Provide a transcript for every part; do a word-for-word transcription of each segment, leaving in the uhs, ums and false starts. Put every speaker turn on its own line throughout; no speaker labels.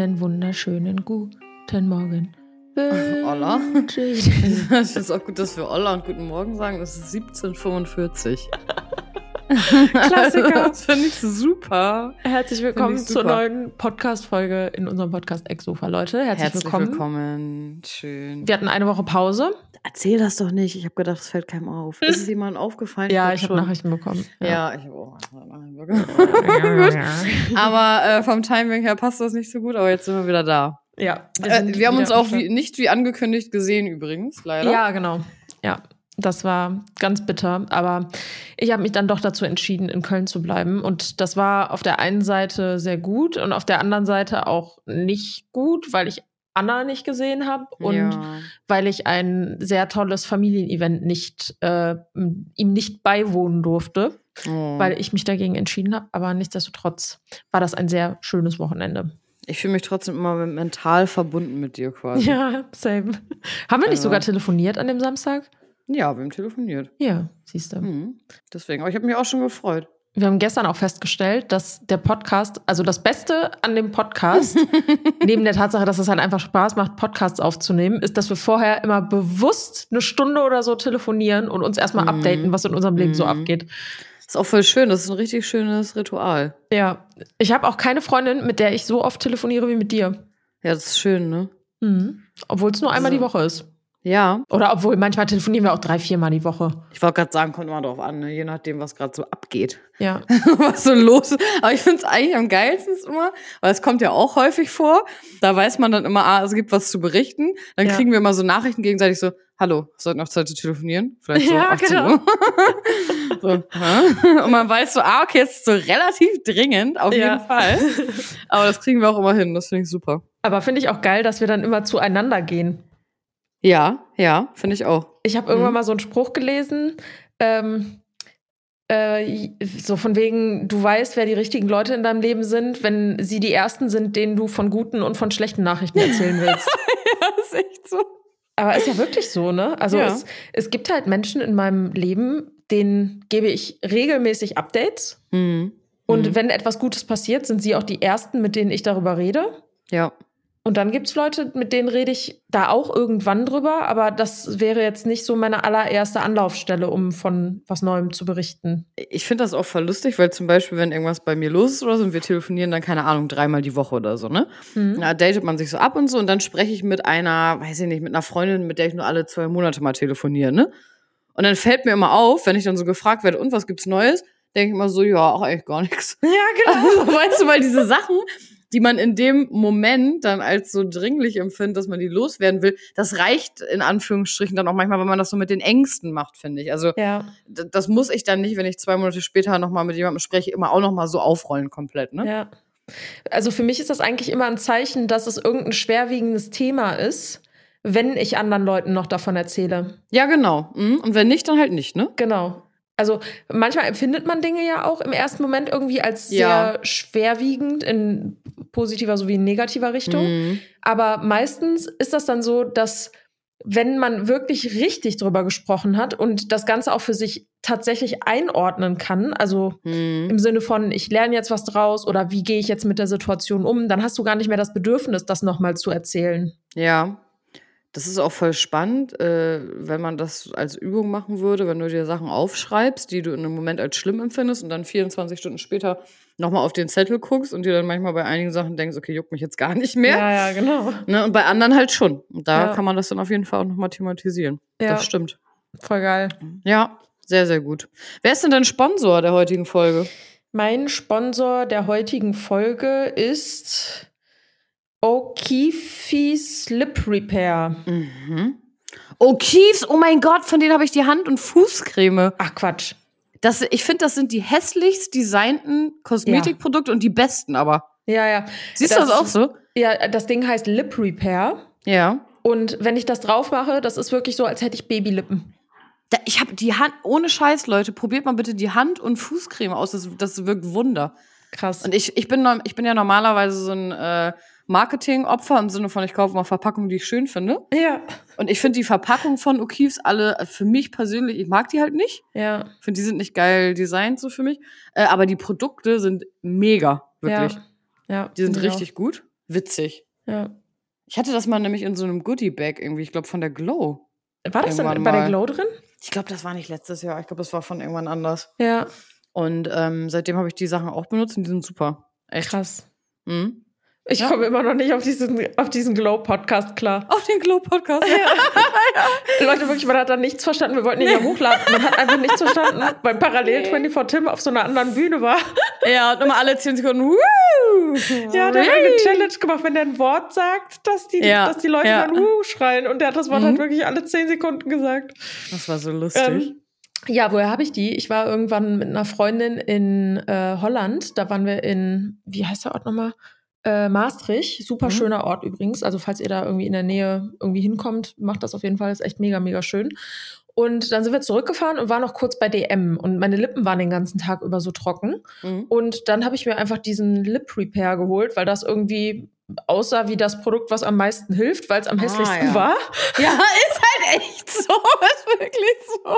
Einen wunderschönen guten Morgen.
Olla. Ich finde es auch gut, dass wir Olla und guten Morgen sagen. Es ist siebzehn Uhr fünfundvierzig.
Klassiker.
Das finde ich super.
Herzlich willkommen zur neuen Podcast-Folge in unserem Podcast Ex-Sofa, Leute. Herzlich,
Herzlich
willkommen.
willkommen. Schön.
Wir hatten eine Woche Pause.
Erzähl das doch nicht. Ich habe gedacht, es fällt keinem auf. Ist es jemandem aufgefallen?
Ja, ich habe Nachrichten bekommen.
Ja, ja ich habe auch Nachrichten bekommen. Gut. Aber äh, vom Timing her passt das nicht so gut, aber jetzt sind wir wieder da.
Ja.
Wir, äh, wir haben uns auch wie, nicht wie angekündigt gesehen übrigens, leider.
Ja, genau. Ja. Das war ganz bitter, aber ich habe mich dann doch dazu entschieden, in Köln zu bleiben. Und das war auf der einen Seite sehr gut und auf der anderen Seite auch nicht gut, weil ich Anna nicht gesehen habe und ja. weil ich ein sehr tolles Familienevent nicht äh, ihm nicht beiwohnen durfte, oh. weil ich mich dagegen entschieden habe. Aber nichtsdestotrotz war das ein sehr schönes Wochenende.
Ich fühle mich trotzdem immer mental verbunden mit dir quasi.
Ja, same. Haben wir nicht also. sogar telefoniert an dem Samstag?
Ja, wir haben telefoniert.
Ja, siehst du.
Mhm. Deswegen, aber ich habe mich auch schon gefreut.
Wir haben gestern auch festgestellt, dass der Podcast, also das Beste an dem Podcast, neben der Tatsache, dass es halt einfach Spaß macht, Podcasts aufzunehmen, ist, dass wir vorher immer bewusst eine Stunde oder so telefonieren und uns erstmal mhm. updaten, was in unserem Leben mhm. so abgeht.
Das ist auch voll schön, das ist ein richtig schönes Ritual.
Ja, ich habe auch keine Freundin, mit der ich so oft telefoniere wie mit dir.
Ja, das ist schön, ne?
Mhm. Obwohl es nur einmal also. die Woche ist.
Ja.
Oder obwohl, manchmal telefonieren wir auch drei, viermal die Woche.
Ich wollte gerade sagen, kommt immer drauf an, ne? Je nachdem, was gerade so abgeht.
Ja.
Was so los ist. Aber ich finde es eigentlich am geilsten immer, weil es kommt ja auch häufig vor, da weiß man dann immer, ah, es gibt was zu berichten. Dann ja. kriegen wir immer so Nachrichten gegenseitig so, hallo, sollten noch Zeit zu telefonieren? Vielleicht so
ja,
achtzehn
genau.
Uhr. so, und man weiß so, ah, okay, es ist so relativ dringend, auf ja. jeden Fall. Aber das kriegen wir auch immer hin, das finde ich super.
Aber finde ich auch geil, dass wir dann immer zueinander gehen.
Ja, ja, finde ich auch.
Ich habe irgendwann mhm. mal so einen Spruch gelesen, ähm, äh, so von wegen, du weißt, wer die richtigen Leute in deinem Leben sind, wenn sie die Ersten sind, denen du von guten und von schlechten Nachrichten erzählen willst.
Ja, ist echt so.
Aber ist ja wirklich so, ne? Also ja. es, es gibt halt Menschen in meinem Leben, denen gebe ich regelmäßig Updates.
Mhm.
Und
mhm.
wenn etwas Gutes passiert, sind sie auch die Ersten, mit denen ich darüber rede.
Ja.
Und dann gibt's Leute, mit denen rede ich da auch irgendwann drüber, aber das wäre jetzt nicht so meine allererste Anlaufstelle, um von was Neuem zu berichten.
Ich finde das auch voll lustig, weil zum Beispiel, wenn irgendwas bei mir los ist oder so und wir telefonieren dann, keine Ahnung, dreimal die Woche oder so, ne? Mhm. Da datet man sich so ab und so und dann spreche ich mit einer, weiß ich nicht, mit einer Freundin, mit der ich nur alle zwei Monate mal telefoniere, ne? Und dann fällt mir immer auf, wenn ich dann so gefragt werde, und was gibt's Neues? Denke ich immer so, ja, auch eigentlich gar nichts.
Ja, genau.
Also, weißt du, weil diese Sachen, die man in dem Moment dann als so dringlich empfindet, dass man die loswerden will, das reicht in Anführungsstrichen dann auch manchmal, wenn man das so mit den Ängsten macht, finde ich. Also
ja.
d- das muss ich dann nicht, wenn ich zwei Monate später nochmal mit jemandem spreche, immer auch nochmal so aufrollen komplett, ne?
Ja. Also für mich ist das eigentlich immer ein Zeichen, dass es irgendein schwerwiegendes Thema ist, wenn ich anderen Leuten noch davon erzähle.
Ja, genau. Und wenn nicht, dann halt nicht, ne?
Genau. Also manchmal empfindet man Dinge ja auch im ersten Moment irgendwie als sehr
ja.
schwerwiegend in positiver sowie in negativer Richtung.
Mhm.
Aber meistens ist das dann so, dass wenn man wirklich richtig drüber gesprochen hat und das Ganze auch für sich tatsächlich einordnen kann, also
mhm.
im Sinne von, ich lerne jetzt was draus oder wie gehe ich jetzt mit der Situation um, dann hast du gar nicht mehr das Bedürfnis, das nochmal zu erzählen.
Ja. Das ist auch voll spannend, äh, wenn man das als Übung machen würde, wenn du dir Sachen aufschreibst, die du in einem Moment als schlimm empfindest und dann vierundzwanzig Stunden später nochmal auf den Zettel guckst und dir dann manchmal bei einigen Sachen denkst, okay, juckt mich jetzt gar nicht mehr.
Ja, ja, genau.
Ne? Und bei anderen halt schon. Und da
ja.
kann man das dann auf jeden Fall auch nochmal thematisieren.
Ja.
Das stimmt.
Voll geil.
Ja, sehr, sehr gut. Wer ist denn dein Sponsor der heutigen Folge?
Mein Sponsor der heutigen Folge ist O'Keefe's Lip Repair.
Mhm. O'Keefe's, oh mein Gott, von denen habe ich die Hand- und Fußcreme.
Ach Quatsch.
Das, ich finde, das sind die hässlichst designten Kosmetikprodukte ja. und die besten aber.
Ja, ja.
Siehst du das, das auch so?
Ja, das Ding heißt Lip Repair.
Ja.
Und wenn ich das drauf mache, das ist wirklich so, als hätte ich Babylippen.
Da, ich habe die Hand, ohne Scheiß, Leute, probiert mal bitte die Hand- und Fußcreme aus. Das, das wirkt Wunder.
Krass.
Und ich, ich, bin, ich bin ja normalerweise so ein äh, Marketing-Opfer im Sinne von, ich kaufe mal Verpackungen, die ich schön finde.
Ja.
Und ich finde die Verpackung von O'Keefe's alle, für mich persönlich, ich mag die halt nicht.
Ja.
Ich finde, die sind nicht geil designt so für mich. Äh, aber die Produkte sind mega, wirklich.
Ja. Ja,
die sind richtig auch gut. witzig.
Ja.
Ich hatte das mal nämlich in so einem Goodie-Bag irgendwie, ich glaube von der Glow.
War das dann bei der Glow drin?
Ich glaube, das war nicht letztes Jahr. Ich glaube, das war von irgendwann anders.
Ja.
Und ähm, seitdem habe ich die Sachen auch benutzt und die sind super.
Echt. Krass.
Mhm.
Ich ja. komme immer noch nicht auf diesen, auf diesen Glow-Podcast klar.
Auf den Glow-Podcast? Ja.
ja. Leute, wirklich, man hat da nichts verstanden. Wir wollten ihn nee. ja hochladen. Man hat einfach nichts verstanden, weil parallel nee. vierundzwanzig Tim auf so einer anderen Bühne war.
Ja, und immer alle zehn Sekunden. Woo!
Ja, der hat eine Challenge gemacht, wenn der ein Wort sagt, dass die, ja. dass die Leute ja. dann Wuh schreien. Und der hat das Wort mhm. halt wirklich alle zehn Sekunden gesagt.
Das war so lustig.
Ähm, ja, woher habe ich die? Ich war irgendwann mit einer Freundin in äh, Holland. Da waren wir in, wie heißt der Ort nochmal? Äh, Maastricht, super mhm. schöner Ort übrigens. Also falls ihr da irgendwie in der Nähe irgendwie hinkommt, macht das auf jeden Fall. Ist echt mega, mega schön. Und dann sind wir zurückgefahren und waren noch kurz bei D M. Und meine Lippen waren den ganzen Tag über so trocken. Mhm. Und dann habe ich mir einfach diesen Lip Repair geholt, weil das irgendwie aussah wie das Produkt, was am meisten hilft, weil es am hässlichsten ah, ja. war.
Ja, ist halt echt so. Ist wirklich so.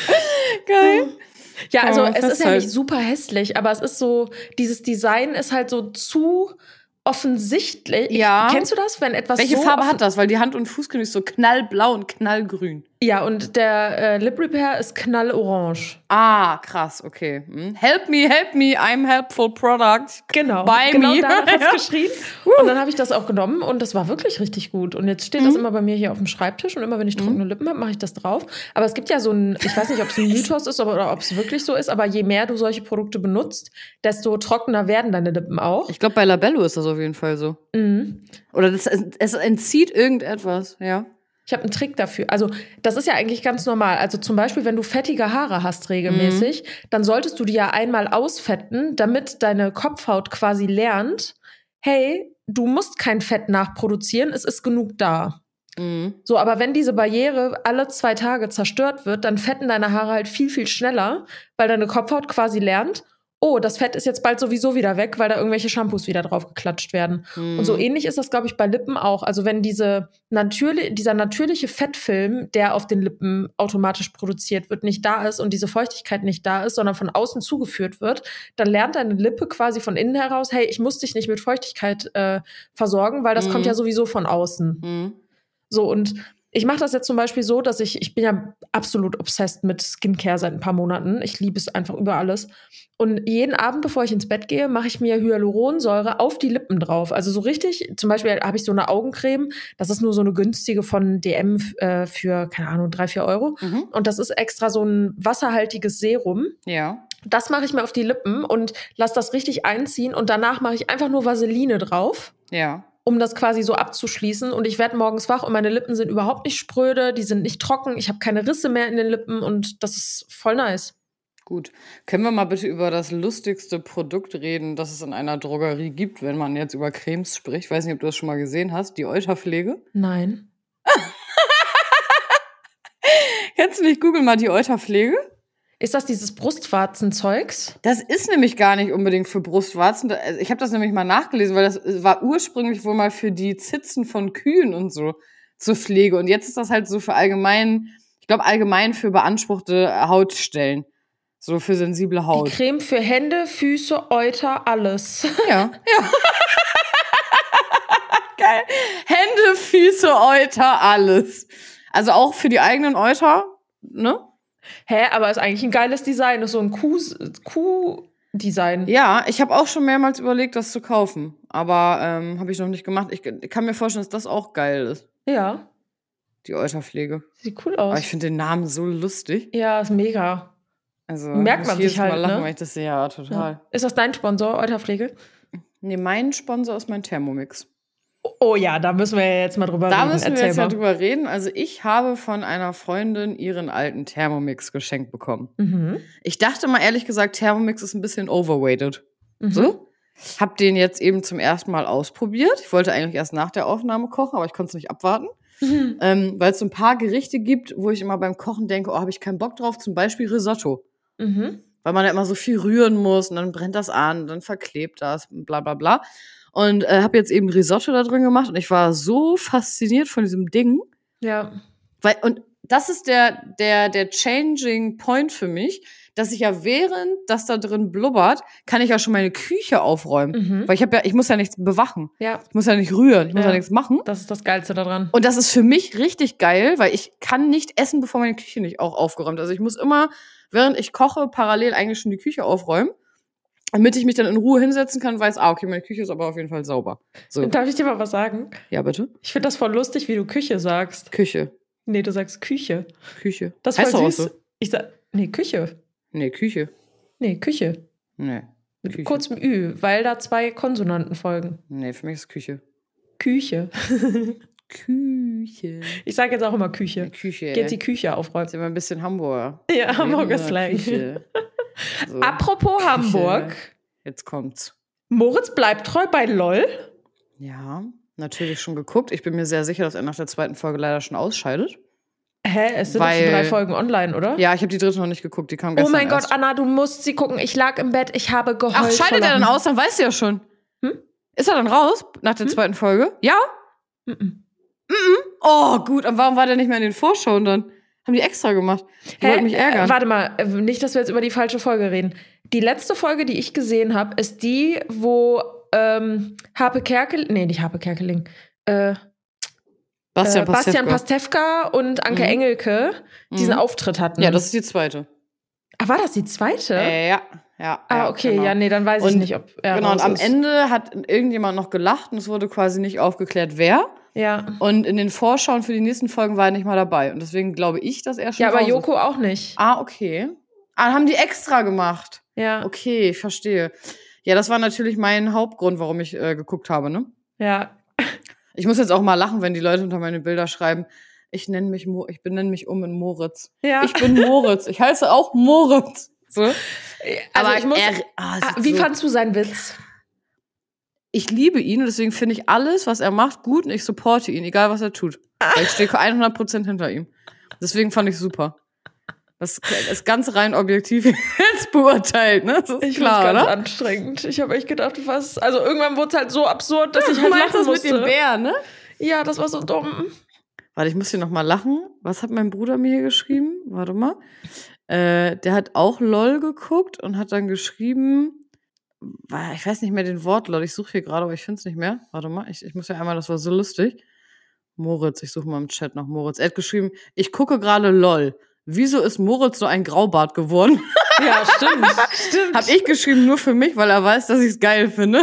Geil.
Ja, also oh, es ist ja nicht super hässlich, aber es ist so, dieses Design ist halt so zu offensichtlich.
Ja.
Kennst du das, wenn etwas
Welche
so
Farbe hat das? Weil die Hand- und Fußcreme ist so knallblau und knallgrün.
Ja, und der äh, Lip Repair ist knallorange.
Ah, krass, okay. Hm. Help me, help me, I'm helpful product.
Genau,
Buy
genau
me.
danach hat's geschrien. Und dann habe ich das auch genommen und das war wirklich richtig gut. Und jetzt steht mhm. das immer bei mir hier auf dem Schreibtisch und immer wenn ich trockene mhm. Lippen habe, mache ich das drauf. Aber es gibt ja so ein, ich weiß nicht, ob es ein Mythos ist oder ob es wirklich so ist, aber je mehr du solche Produkte benutzt, desto trockener werden deine Lippen auch.
Ich glaube, bei Labello ist das auf jeden Fall so.
Mhm.
Oder das, es entzieht irgendetwas, ja.
Ich habe einen Trick dafür. Also das ist ja eigentlich ganz normal. Also zum Beispiel, wenn du fettige Haare hast regelmäßig, mhm. dann solltest du die ja einmal ausfetten, damit deine Kopfhaut quasi lernt, hey, du musst kein Fett nachproduzieren, es ist genug da. Mhm. So, aber wenn diese Barriere alle zwei Tage zerstört wird, dann fetten deine Haare halt viel, viel schneller, weil deine Kopfhaut quasi lernt, oh, das Fett ist jetzt bald sowieso wieder weg, weil da irgendwelche Shampoos wieder drauf geklatscht werden. Mm. Und so ähnlich ist das, glaube ich, bei Lippen auch. Also wenn diese natürli- dieser natürliche Fettfilm, der auf den Lippen automatisch produziert wird, nicht da ist und diese Feuchtigkeit nicht da ist, sondern von außen zugeführt wird, dann lernt deine Lippe quasi von innen heraus, hey, ich muss dich nicht mit Feuchtigkeit äh, versorgen, weil das mm. kommt ja sowieso von außen. Mm. So, und ich mache das jetzt zum Beispiel so, dass ich, ich bin ja absolut obsessed mit Skincare seit ein paar Monaten. Ich liebe es einfach über alles. Und jeden Abend, bevor ich ins Bett gehe, mache ich mir Hyaluronsäure auf die Lippen drauf. Also so richtig, zum Beispiel habe ich so eine Augencreme, das ist nur so eine günstige von D M äh, für, keine Ahnung, drei, vier Euro. Mhm. Und das ist extra so ein wasserhaltiges Serum.
Ja.
Das mache ich mir auf die Lippen und lasse das richtig einziehen. Und danach mache ich einfach nur Vaseline drauf.
Ja.
Um das quasi so abzuschließen. Und ich werde morgens wach und meine Lippen sind überhaupt nicht spröde, die sind nicht trocken, ich habe keine Risse mehr in den Lippen und das ist voll nice.
Gut. Können wir mal bitte über das lustigste Produkt reden, das es in einer Drogerie gibt, wenn man jetzt über Cremes spricht? Ich weiß nicht, ob du das schon mal gesehen hast. Die Euterpflege?
Nein.
Kennst du nicht? Google mal die Euterpflege.
Ist das dieses Brustwarzenzeugs?
Das ist nämlich gar nicht unbedingt für Brustwarzen. Ich habe das nämlich mal nachgelesen, weil das war ursprünglich wohl mal für die Zitzen von Kühen und so zur Pflege. Und jetzt ist das halt so für allgemein, ich glaube allgemein für beanspruchte Hautstellen. So für sensible Haut.
Die Creme für Hände, Füße, Euter, alles.
Ja, ja. Geil. Hände, Füße, Euter, alles. Also auch für die eigenen Euter, ne?
Hä, aber ist eigentlich ein geiles Design. Ist so ein Kuh-Design.
Ja, ich habe auch schon mehrmals überlegt, das zu kaufen. Aber ähm, habe ich noch nicht gemacht. Ich, ich kann mir vorstellen, dass das auch geil ist.
Ja.
Die Euterpflege.
Sieht cool aus.
Aber ich finde den Namen so lustig.
Ja, ist mega.
Also
merkt man sich halt,
mal lachen,
ne?
weil ich das sehe. Ja, total. Ja.
Ist das dein Sponsor, Euterpflege?
Nee, mein Sponsor ist mein Thermomix.
Oh ja, da müssen wir jetzt mal drüber
da
reden.
Da müssen
Erzähl
wir jetzt
mal
mal drüber reden. Also ich habe von einer Freundin ihren alten Thermomix geschenkt bekommen. Mhm. Ich dachte mal ehrlich gesagt, Thermomix ist ein bisschen overrated. Mhm. So? Hab den jetzt eben zum ersten Mal ausprobiert. Ich wollte eigentlich erst nach der Aufnahme kochen, aber ich konnte es nicht abwarten. Mhm. Ähm, weil es so ein paar Gerichte gibt, wo ich immer beim Kochen denke, oh, habe ich keinen Bock drauf. Zum Beispiel Risotto. Mhm. Weil man da immer so viel rühren muss und dann brennt das an, dann verklebt das, bla bla bla. Und äh, habe jetzt eben Risotto da drin gemacht und ich war so fasziniert von diesem Ding.
Ja.
Weil, und das ist der, der, der Changing Point für mich, dass ich ja während das da drin blubbert, kann ich ja schon meine Küche aufräumen.
Mhm.
Weil ich habe ja, ich muss ja nichts bewachen.
Ja.
Ich muss ja nicht rühren, ich muss ja,
Ja.
nichts machen.
Das ist das Geilste daran.
Und das ist für mich richtig geil, weil ich kann nicht essen, bevor meine Küche nicht auch aufgeräumt ist. Also ich muss immer, während ich koche, parallel eigentlich schon die Küche aufräumen, damit ich mich dann in Ruhe hinsetzen kann und weiß, ah, okay, meine Küche ist aber auf jeden Fall sauber. So.
Darf ich dir mal was sagen?
Ja, bitte?
Ich finde das voll lustig, wie du Küche sagst.
Küche.
Nee, du sagst Küche.
Küche.
Das
heißt
voll
auch
süß.
so.
Ich sag, nee, Küche.
Nee, Küche.
Nee, Küche.
Nee.
Mit
Küche.
kurzem Ü, weil da zwei Konsonanten folgen.
Nee, für mich ist Küche.
Küche.
Küche.
Ich sage jetzt auch immer Küche.
Ja, Küche.
Geht die Küche aufräumen.
Das ist immer ein bisschen Hamburger.
Ja, Hamburger
Ja,
Slang.
Küche. So.
Apropos
Küche.
Hamburg.
Jetzt kommt's.
Moritz bleibt treu bei LOL.
Ja, natürlich schon geguckt. Ich bin mir sehr sicher, dass er nach der zweiten Folge leider schon ausscheidet.
Hä? Es sind
Weil-
doch schon drei Folgen online, oder?
Ja, ich habe die dritte noch nicht geguckt. Die kam
Oh
gestern
mein Gott,
erst.
Anna, du musst sie gucken. Ich lag im Bett, ich habe geheult.
Ach,
vor
scheidet er dann
Lachen.
aus? Dann weißt du ja schon.
Hm?
Ist er dann raus nach der
Hm?
zweiten Folge? Ja?
Mhm.
Oh, gut. Und warum war der nicht mehr in den Vorschauen dann? Haben die extra gemacht. Die wollten mich ärgern.
Äh, warte mal, äh, nicht, dass wir jetzt über die falsche Folge reden. Die letzte Folge, die ich gesehen habe, ist die, wo ähm, Harpe Kerkeling, nee, nicht Harpe Kerkeling, äh,
Bastian
äh, Bastian
Pastewka.
Pastewka und Anke
Mhm.
Engelke diesen
Mhm.
Auftritt hatten.
Ja, das ist die zweite.
Ach, war das die zweite?
Äh, ja, ja.
ah,
ja,
okay,
genau.
ja, nee, dann weiß ich
Und-
nicht, ob er
Genau, und
raus
am
ist.
Ende hat irgendjemand noch gelacht und es wurde quasi nicht aufgeklärt, wer.
Ja.
Und in den Vorschauen für die nächsten Folgen war er nicht mal dabei. Und deswegen glaube ich, dass er schon
Ja, aber
raus ist.
Joko auch nicht.
Ah, okay. Ah, haben die extra gemacht.
Ja.
Okay, ich verstehe. Ja, das war natürlich mein Hauptgrund, warum ich äh, geguckt habe, ne?
Ja.
Ich muss jetzt auch mal lachen, wenn die Leute unter meine Bilder schreiben, ich nenne mich Mo ich benenne mich um in Moritz.
Ja.
Ich bin Moritz. Ich heiße auch Moritz. So.
Also
Aber
ich muss.
er, ah, es
ah,
ist
wie
so,
fandst du seinen Witz?
ich liebe ihn und deswegen finde ich alles, was er macht, gut und ich supporte ihn, egal was er tut. Weil ich stehe hundert Prozent hinter ihm. Deswegen fand ich super. Das ist ganz rein objektiv jetzt beurteilt, ne? Das ist
Ich
klar,
fand's ganz
oder?
anstrengend. Ich habe echt gedacht, was. Also irgendwann wurde es halt so absurd, dass ich halt
Du meinst
lachen
das mit
musste.
dem Bär, ne?
Ja, das war so dumm.
Warte, ich muss hier noch mal lachen. Was hat mein Bruder mir hier geschrieben? Warte mal. Äh, der hat auch LOL geguckt und hat dann geschrieben, ich weiß nicht mehr den Wortlaut, ich suche hier gerade, aber ich finde es nicht mehr. Warte mal, ich, ich muss ja einmal, das war so lustig. Moritz, ich suche mal im Chat nach Moritz. Er hat geschrieben, ich gucke gerade LOL. Wieso ist Moritz so ein Graubart geworden?
Ja, stimmt. stimmt.
Hab ich geschrieben nur für mich, weil er weiß, dass ich es geil finde.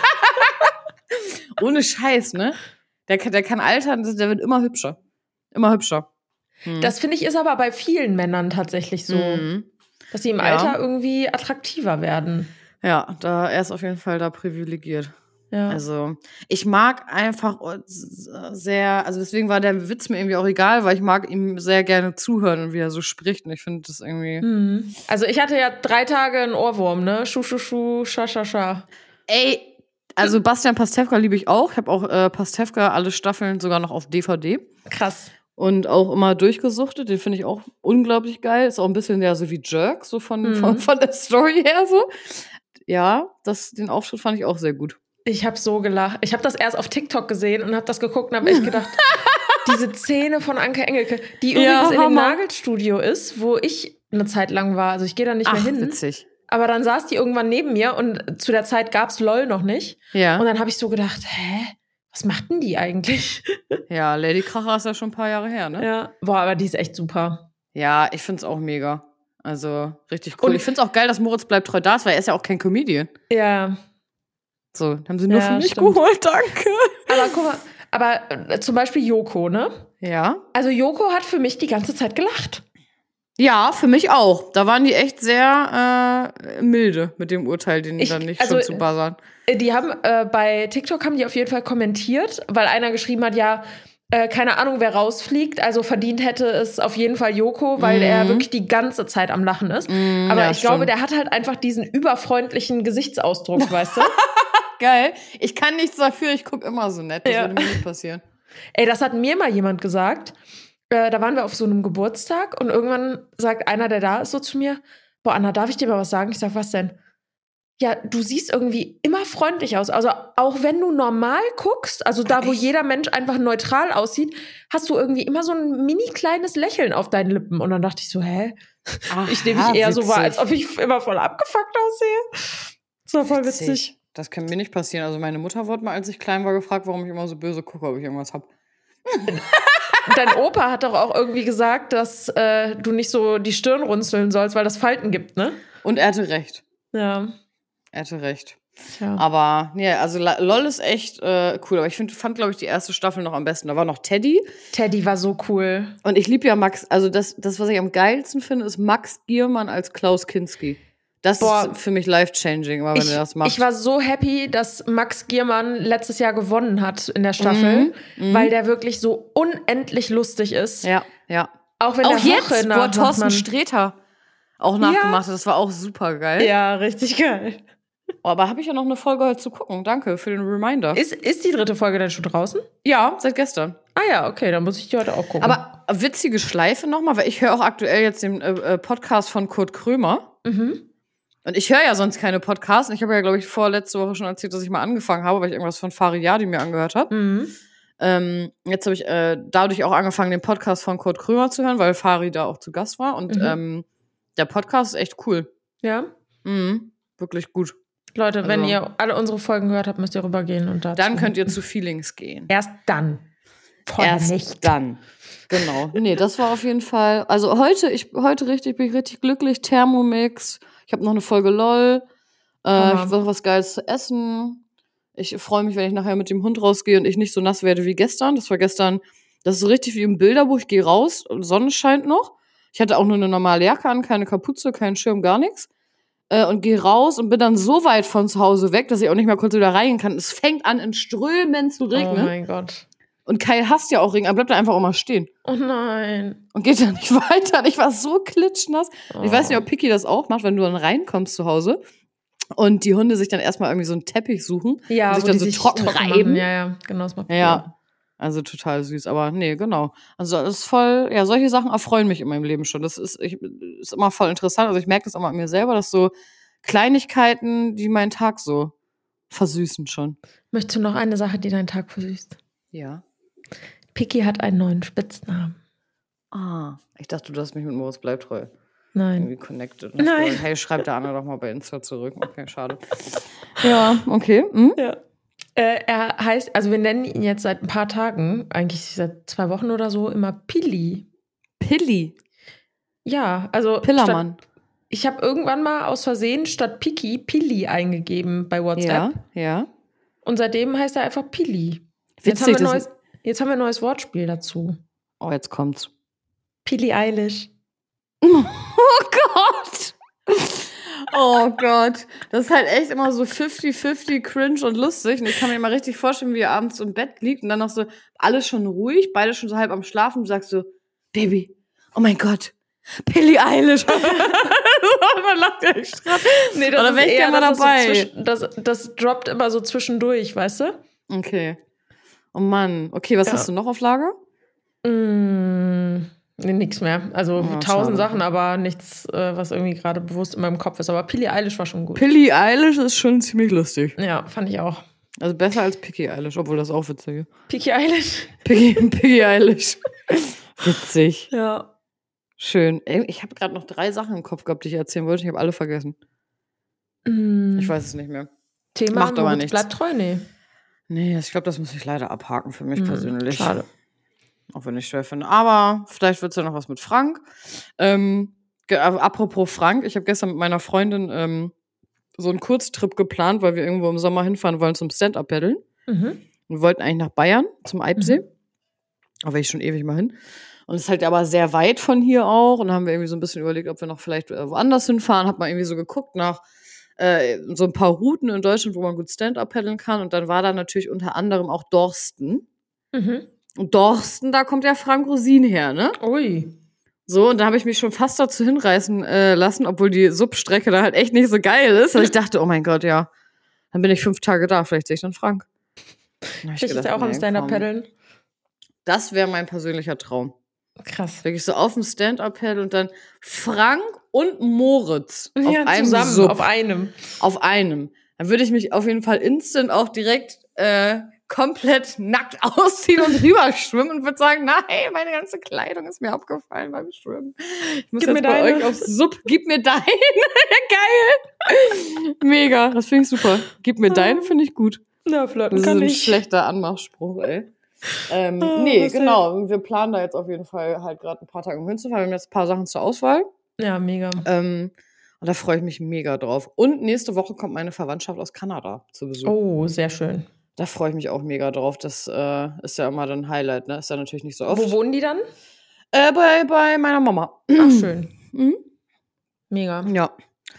Ohne Scheiß, ne? Der, kann- der kann altern, der wird immer hübscher. Immer hübscher. Hm.
Das finde ich ist aber bei vielen Männern tatsächlich so,
Mhm.
dass sie im
Ja.
Alter irgendwie attraktiver werden.
Ja, da, er ist auf jeden Fall da privilegiert.
Ja.
Also, ich mag einfach sehr, also deswegen war der Witz mir irgendwie auch egal, weil ich mag ihm sehr gerne zuhören und wie er so spricht und ich finde das irgendwie.
Mhm. Also ich hatte ja drei Tage einen Ohrwurm, ne? Schu, schu, schu, scha, scha, scha.
Ey, also Bastian Pastewka liebe ich auch. Ich habe auch äh, Pastewka alle Staffeln sogar noch auf D V D.
Krass.
Und auch immer durchgesuchtet. Den finde ich auch unglaublich geil. Ist auch ein bisschen ja so wie Jerk, so von,
Mhm.
von, von der Story her so. Ja, das, den Auftritt fand ich auch sehr gut.
Ich habe so gelacht. Ich habe das erst auf TikTok gesehen und habe das geguckt und habe echt gedacht, diese Szene von Anke Engelke, die
Ja,
übrigens in dem
Hammer.
Nagelstudio ist, wo ich eine Zeit lang war. Also ich gehe da nicht mehr
Ach,
hin.
witzig.
Aber dann saß die irgendwann neben mir und zu der Zeit gab's LOL noch nicht.
Ja.
Und dann habe ich so gedacht, hä? Was macht denn die eigentlich?
Ja, Lady Kracher ist ja schon ein paar Jahre her, ne?
Ja. Boah, aber die ist echt super.
Ja, ich find's auch mega. Also, richtig cool.
Und-
ich find's auch geil, dass Moritz bleibt treu da ist, weil er ist ja auch kein Comedian.
Ja.
So, haben sie nur
Ja,
für mich
stimmt.
geholt, danke.
Aber guck mal, aber äh, zum Beispiel Joko, ne?
Ja.
Also Joko hat für mich die ganze Zeit gelacht.
Ja, für mich auch. Da waren die echt sehr äh, milde mit dem Urteil, den
Ich-
dann nicht
also,
schon zu buzzern.
Äh, Die haben äh, bei TikTok haben die auf jeden Fall kommentiert, weil einer geschrieben hat, ja, äh, keine Ahnung, wer rausfliegt. Also verdient hätte es auf jeden Fall Joko, weil
Mhm.
er wirklich die ganze Zeit am Lachen ist.
Mm,
Aber
ja,
ich glaube,
stimmt.
der hat halt einfach diesen überfreundlichen Gesichtsausdruck, weißt du?
Geil. Ich kann nichts dafür, ich guck immer so nett. Das
Ja.
würde mir nicht passieren.
Ey, das hat mir mal jemand gesagt. Äh, da waren wir auf so einem Geburtstag und irgendwann sagt einer, der da ist, so zu mir, boah, Anna, darf ich dir mal was sagen? Ich sag, was denn? ja, du siehst irgendwie immer freundlich aus. Also auch wenn du normal guckst, also da, wo
Echt?
jeder Mensch einfach neutral aussieht, hast du irgendwie immer so ein mini kleines Lächeln auf deinen Lippen. Und dann dachte ich so, hä?
Aha,
Ich nehme mich eher
witzig.
so wahr, als ob ich immer voll abgefuckt aussehe. Das war voll witzig.
witzig. Das kann mir nicht passieren. Also meine Mutter wurde mal, als ich klein war, gefragt, warum ich immer so böse gucke, ob ich irgendwas hab.
Dein Opa hat doch auch irgendwie gesagt, dass äh, du nicht so die Stirn runzeln sollst, weil das Falten gibt, ne?
Und er hatte recht.
Ja.
Er hatte recht.
Tja.
Aber, nee, also LOL ist echt äh, cool. Aber ich find, fand, glaube ich, die erste Staffel noch am besten. Da war noch Teddy.
Teddy war so cool.
Und ich liebe ja Max. Also das, das, was ich am geilsten finde, ist Max Giermann als Klaus Kinski. Das
Boah.
ist für mich life-changing, aber wenn
Ich,
er das macht.
ich war so happy, dass Max Giermann letztes Jahr gewonnen hat in der Staffel,
Mhm,
weil der wirklich so unendlich lustig ist.
Ja, ja.
Auch wenn
Auch
der Woche
jetzt, wo
nach
Thorsten Sträter auch nachgemacht hat. Das war auch super geil.
Ja, richtig geil.
Oh, aber habe ich ja noch eine Folge heute zu gucken. Danke für den Reminder.
Ist, ist die dritte Folge denn schon draußen?
Ja, seit gestern.
Ah ja, okay, dann muss ich die heute auch gucken.
Aber witzige Schleife nochmal, weil ich höre auch aktuell jetzt den äh, Podcast von Kurt Krömer.
Mhm.
Und ich höre ja sonst keine Podcasts. Ich habe ja, glaube ich, vorletzte Woche schon erzählt, dass ich mal angefangen habe, weil ich irgendwas von Fariadi mir angehört habe.
Mhm.
Ähm, jetzt habe ich äh, dadurch auch angefangen, den Podcast von Kurt Krömer zu hören, weil Fari da auch zu Gast war. Und
Mhm.
ähm, der Podcast ist echt cool.
Ja.
Mhm, wirklich gut.
Leute, wenn
Also-
ihr alle unsere Folgen gehört habt, müsst ihr rübergehen und dazu.
Dann könnt ihr zu Feelings gehen.
Erst dann. Vorher
Erst
nicht.
dann. Genau. Nee, das war auf jeden Fall. Also heute, ich heute richtig, bin ich richtig glücklich. Thermomix. Ich habe noch eine Folge LOL. Äh,
Hammer.
ich will was Geiles zu essen. Ich freue mich, wenn ich nachher mit dem Hund rausgehe und ich nicht so nass werde wie gestern. Das war gestern, das ist so richtig wie im Bilderbuch. Ich gehe raus, Sonne scheint noch. Ich hatte auch nur eine normale Jacke an, keine Kapuze, keinen Schirm, gar nichts. Äh, und gehe raus und bin dann so weit von zu Hause weg, dass ich auch nicht mehr kurz wieder reingehen kann. Es fängt an, in Strömen zu
Oh
regnen.
mein Gott.
Und Kai hasst ja auch Regen, er bleibt da einfach auch mal stehen.
Oh nein.
Und geht dann nicht weiter. Und ich war so klitschnass.
Oh.
Ich weiß nicht, ob Piki das auch macht, wenn du dann reinkommst zu Hause und die Hunde sich dann erstmal irgendwie so einen Teppich suchen
Ja,
und sich
wo
dann
die
so
sich
trocken
trocken
reiben.
machen. Ja, ja, genau, das macht
Ja, also total süß. Aber nee, genau. Also das ist voll, ja, solche Sachen erfreuen mich in meinem Leben schon. Das ist, ich, ist immer voll interessant. Also ich merke das immer an mir selber, dass so Kleinigkeiten, die meinen Tag so versüßen schon.
Möchtest du noch eine Sache, die deinen Tag versüßt?
Ja.
Piki hat einen neuen Spitznamen.
Ah, ich dachte, du hast mich mit Moritz Bleibtreu
Nein.
irgendwie connected.
Nein.
Gesagt, hey, schreib der Anna doch mal bei Insta zurück. Okay, schade. Ja, okay. Hm?
Ja. Äh, er heißt, also wir nennen ihn jetzt seit ein paar Tagen, eigentlich seit zwei Wochen oder so, immer Pilli.
Pilli.
Ja, also
Pillermann.
Statt, ich habe irgendwann mal aus Versehen statt Piki Pilli eingegeben bei WhatsApp.
Ja, ja.
Und seitdem heißt er einfach Pilli. Jetzt
Witzig,
haben, wir
das-
neues, jetzt haben wir ein neues Wortspiel dazu.
Oh, jetzt kommt's.
Pilli Eilish.
Oh Gott. Oh Gott. Das ist halt echt immer so fifty fifty cringe und lustig. Und ich kann mir immer richtig vorstellen, wie ihr abends im Bett liegt und dann noch so alles schon ruhig, beide schon so halb am Schlafen. Du sagst so, Baby, oh mein Gott, Billie Eilish. Man lacht ja echt dran.
Nee, das
Oder
ist
wäre ich
eher,
gerne mal
das ist
dabei.
So zwischen, das, das droppt immer so zwischendurch, weißt du?
Okay. Oh Mann. Okay, was
Ja.
hast du noch auf Lager?
Mm, nee, nix mehr. Also
Oh,
tausend
schade.
Sachen, aber nichts, äh, was irgendwie gerade bewusst in meinem Kopf ist. Aber Billie Eilish war schon gut.
Billie Eilish ist schon ziemlich lustig.
Ja, fand ich auch.
Also besser als Picky Eilish, obwohl das auch witzig ist.
Billie Eilish.
Piggy, Piggy Eilish. Witzig.
Ja.
Schön. Ey, Ich habe gerade noch drei Sachen im Kopf gehabt, die ich erzählen wollte. Ich habe alle vergessen.
Mm,
Ich weiß es nicht mehr.
Thema
macht aber
Moritz
nichts.
bleibt treu, nee.
Nee, ich glaube, das muss ich leider abhaken für mich
Hm,
persönlich.
schade.
Auch wenn ich schwer finde. Aber vielleicht wird es ja noch was mit Frank. Ähm, ge- äh, apropos Frank, ich habe gestern mit meiner Freundin ähm, so einen Kurztrip geplant, weil wir irgendwo im Sommer hinfahren wollen zum Stand-Up-Paddeln.
Mhm.
Wir wollten eigentlich nach Bayern zum Eibsee.
Mhm.
Da will ich schon ewig mal hin. Und es ist halt aber sehr weit von hier auch. Und dann haben wir irgendwie so ein bisschen überlegt, ob wir noch vielleicht äh, woanders hinfahren. Hab mal irgendwie so geguckt nach äh, so ein paar Routen in Deutschland, wo man gut Stand-Up paddeln kann. Und dann war da natürlich unter anderem auch Dorsten.
Mhm.
Und Dorsten, da kommt ja Frank Rosin her, ne?
Ui.
So, und da habe ich mich schon fast dazu hinreißen äh, lassen, obwohl die Substrecke da halt echt nicht so geil ist. Und ich dachte, oh mein Gott, ja, dann bin ich fünf Tage da, vielleicht sehe ich dann Frank. Dann hab ich
Vielleicht ist
gedacht,
er auch am
nee,
Stand-Up
komm.
paddeln.
Das wäre mein persönlicher Traum.
Krass.
Wirklich so auf dem Stand-Up-Paddle und dann Frank und Moritz auf
Ja,
einem
zusammen,
Sub.
auf einem.
Auf einem. Dann würde ich mich auf jeden Fall instant auch direkt äh, komplett nackt ausziehen und rüberschwimmen und würde sagen, nein, meine ganze Kleidung ist mir abgefallen beim Schwimmen. Ich muss
Gib
jetzt
mir
bei
deine.
euch aufs Sub. Gib mir deine. Geil. Mega. Das finde ich super. Gib mir deine, finde ich gut.
Ja, flirten
Das ist
kann
ein
ich.
schlechter Anmachspruch, ey. Ähm,
Ah,
nee,
was
genau. Wir planen da jetzt auf jeden Fall halt gerade ein paar Tage um hinzufahren. Wir haben jetzt ein paar Sachen zur Auswahl.
Ja, mega.
Ähm, und da freue ich mich mega drauf. Und nächste Woche kommt meine Verwandtschaft aus Kanada zu Besuch.
Oh, sehr schön.
Da freue ich mich auch mega drauf. Das äh, ist ja immer dann ein Highlight, ne? Ist ja natürlich nicht so oft.
Wo wohnen die dann?
Äh, bei, bei meiner Mama.
Ach, schön.
Mhm.
Mega.
Ja.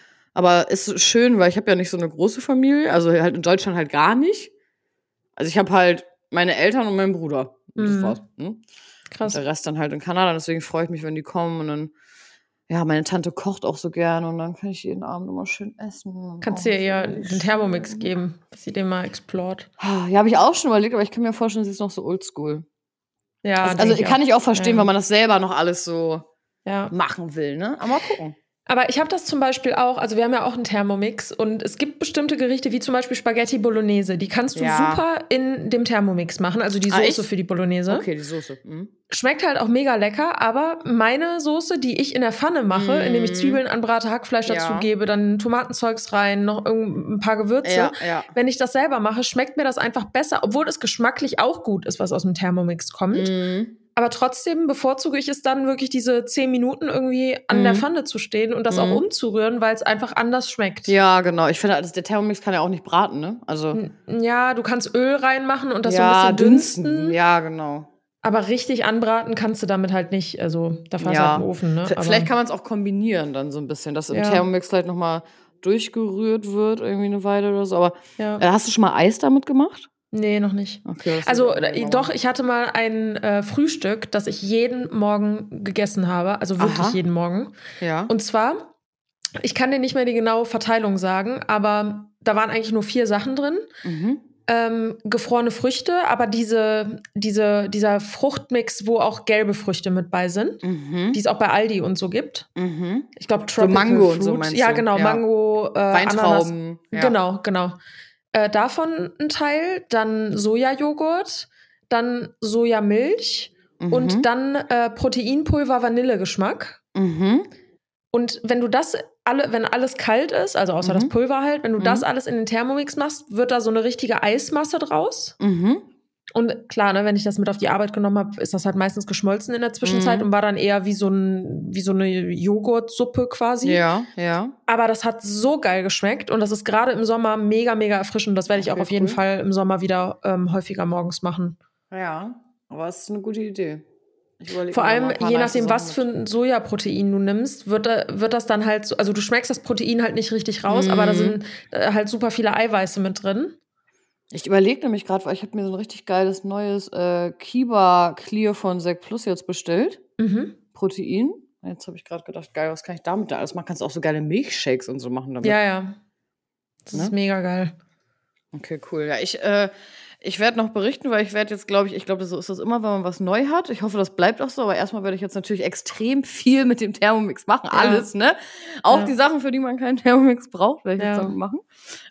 Aber ist schön, weil ich habe ja nicht so eine große Familie. Also halt in Deutschland halt gar nicht. Also ich habe halt meine Eltern und meinen Bruder. Und das
Mhm.
war's. Ne?
Krass.
Und der Rest dann halt in Kanada. Deswegen freue ich mich, wenn die kommen. Und dann, ja, meine Tante kocht auch so gern. Und dann kann ich jeden Abend immer schön essen.
Kannst du ihr ja den Thermomix geben, dass sie den mal explort.
Ja, habe ich auch schon überlegt, aber ich kann mir vorstellen, sie ist noch so oldschool.
Ja,
Also, also
denk
kann
auch.
ich auch verstehen,
Ja.
weil man das selber noch alles so
Ja.
machen will, ne? Aber mal gucken.
Aber ich habe das zum Beispiel auch, also wir haben ja auch einen Thermomix und es gibt bestimmte Gerichte, wie zum Beispiel Spaghetti Bolognese, die kannst du
Ja.
super in dem Thermomix machen, also die
Ah,
Soße
echt?
für die Bolognese.
Okay, die Soße. Mhm.
Schmeckt halt auch mega lecker, aber meine Soße, die ich in der Pfanne mache,
Mm.
indem ich Zwiebeln anbrate, Hackfleisch
Ja.
dazu gebe, dann Tomatenzeugs rein, noch irgend- ein paar Gewürze.
Ja, ja.
Wenn ich das selber mache, schmeckt mir das einfach besser, obwohl es geschmacklich auch gut ist, was aus dem Thermomix kommt.
Mhm.
Aber trotzdem bevorzuge ich es dann wirklich, diese zehn Minuten irgendwie an
Mhm.
der Pfanne zu stehen und das
Mhm.
auch umzurühren, weil es einfach anders schmeckt.
Ja, genau. Ich finde, also der Thermomix kann ja auch nicht braten, ne? Also
N- Ja, du kannst Öl reinmachen und das
ja,
so ein bisschen dünsten.
Ja, genau.
Aber richtig anbraten kannst du damit halt nicht. Also dafür hast du
Ja.
halt einen Ofen, ne?
V-
Aber
Vielleicht kann man es auch kombinieren dann so ein bisschen, dass im
Ja.
Thermomix vielleicht nochmal durchgerührt wird, irgendwie eine Weile oder so. Aber
ja.
äh, hast du schon mal Eis damit gemacht?
Nee, noch nicht.
Okay, das
Also
will ich auch
äh,
mal
doch,
machen.
ich hatte mal ein äh, Frühstück, das ich jeden Morgen gegessen habe. Also wirklich
Aha.
jeden Morgen.
Ja.
Und zwar, ich kann dir nicht mehr die genaue Verteilung sagen, aber da waren eigentlich nur vier Sachen drin.
Mhm.
Ähm, gefrorene Früchte, aber diese, diese, dieser Fruchtmix, wo auch gelbe Früchte mit bei sind,
Mhm.
die es auch bei Aldi und so gibt.
Mhm.
Ich glaube,
So
Tropical
Mango
Fruit.
und so meinst
Ja,
du?
genau,
Ja.
Mango, äh, Ananas.
Weintrauben. Ja.
Genau, genau. Äh, davon ein Teil, dann Sojajoghurt, dann Sojamilch
Mhm.
und dann äh, Proteinpulver Vanillegeschmack.
Mhm.
Und wenn du das alle, wenn alles kalt ist, also außer
Mhm.
das Pulver halt, wenn du
Mhm.
das alles in den Thermomix machst, wird da so eine richtige Eismasse draus.
Mhm.
Und klar, ne, wenn ich das mit auf die Arbeit genommen habe, ist das halt meistens geschmolzen in der Zwischenzeit
Mhm.
und war dann eher wie so, ein, wie so eine Joghurtsuppe quasi.
Ja, ja.
Aber das hat so geil geschmeckt und das ist gerade im Sommer mega, mega erfrischend. Das werde ich
Okay,
auch auf jeden
cool.
Fall im Sommer wieder ähm, häufiger morgens machen.
Ja, aber es ist eine gute Idee. Ich überleg
Vor
mir da
allem,
mal ein paar
je
nice
nachdem, was
Sachen
für ein Sojaprotein du nimmst, wird, da- wird das dann halt so, also du schmeckst das Protein halt nicht richtig raus, aber da
Mhm.
sind äh, halt super viele Eiweiße mit drin.
Ich überlege nämlich gerade, weil ich habe mir so ein richtig geiles neues äh, Kiba Clear von Sec Plus jetzt bestellt.
Mhm.
Protein. Jetzt habe ich gerade gedacht, geil, was kann ich damit da alles machen? Kannst du auch so geile Milchshakes und so machen damit.
Ja, ja. Das
Ne?
ist mega geil.
Okay, cool. Ja, ich, äh, ich werde noch berichten, weil ich werde jetzt, glaube ich, ich glaube, so ist das immer, wenn man was neu hat. Ich hoffe, das bleibt auch so, aber erstmal werde ich jetzt natürlich extrem viel mit dem Thermomix machen.
Ja.
Alles, ne? Auch
Ja.
die Sachen, für die man keinen Thermomix braucht, werde ich
Ja.
jetzt damit machen.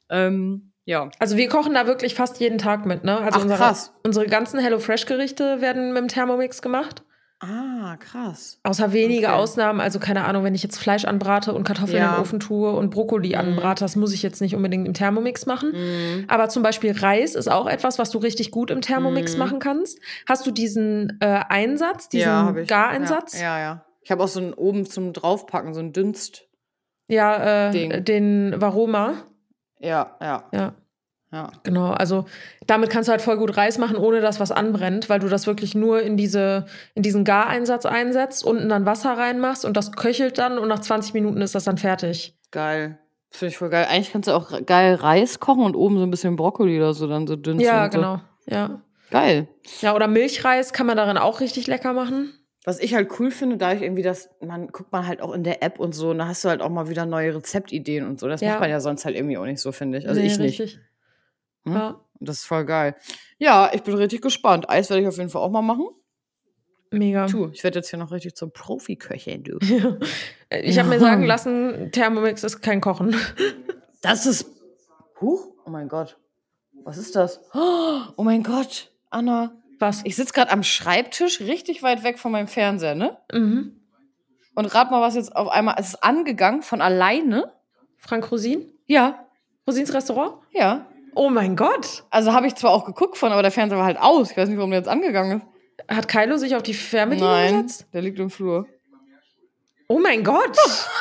Ähm, ja.
Also wir kochen da wirklich fast jeden Tag mit, ne? Also
Ach,
unsere,
krass.
unsere ganzen HelloFresh-Gerichte werden mit dem Thermomix gemacht.
Ah, krass.
Außer wenige
Okay.
Ausnahmen, also keine Ahnung, wenn ich jetzt Fleisch anbrate und Kartoffeln
Ja.
in den Ofen tue und Brokkoli
Mhm.
anbrate, das muss ich jetzt nicht unbedingt im Thermomix machen.
Mhm.
Aber zum Beispiel Reis ist auch etwas, was du richtig gut im Thermomix
Mhm.
machen kannst. Hast du diesen äh, Einsatz, diesen
Ja, habe ich.
Gareinsatz?
Ja, ja, ja. Ich habe auch so einen oben zum Draufpacken, so einen Dünst.
Ja, äh,
Ding.
den Varoma.
Ja, ja,
Ja,
ja.
genau. Also damit kannst du halt voll gut Reis machen, ohne dass was anbrennt, weil du das wirklich nur in diese in diesen Gareinsatz einsetzt, unten dann Wasser reinmachst und das köchelt dann und nach zwanzig Minuten ist das dann fertig.
Geil. Finde ich voll geil. Eigentlich kannst du auch geil Reis kochen und oben so ein bisschen Brokkoli oder so dann so dünsten.
Ja,
und so.
genau. Ja.
Geil.
Ja, oder Milchreis kann man darin auch richtig lecker machen.
Was ich halt cool finde, da ich irgendwie das, man guckt man halt auch in der App und so, und da hast du halt auch mal wieder neue Rezeptideen und so. Das
Ja.
macht man ja sonst halt irgendwie auch nicht so, finde ich. Also
Nee,
ich nicht.
richtig.
Hm?
Ja.
Und das ist voll geil. Ja, ich bin richtig gespannt. Eis werde ich auf jeden Fall auch mal machen.
Mega.
Tu, ich werde jetzt hier noch richtig zur Profiköchin, du.
Ja. Ich
Ja.
habe mir sagen lassen, Thermomix ist kein Kochen.
Das ist... Huch, oh mein Gott. Was ist das? Oh mein Gott, Anna.
Was?
Ich sitze gerade am Schreibtisch, richtig weit weg von meinem Fernseher, ne?
Mhm.
Und rat mal, was jetzt auf einmal... Es ist angegangen von alleine.
Frank Rosin?
Ja.
Rosins Restaurant?
Ja.
Oh mein Gott.
Also habe ich zwar auch geguckt von, aber der Fernseher war halt aus. Ich weiß nicht, warum der jetzt angegangen ist.
Hat Kylo sich auf die Fernbedienung
Nein,
gesetzt?
der liegt im Flur.
Oh mein Gott.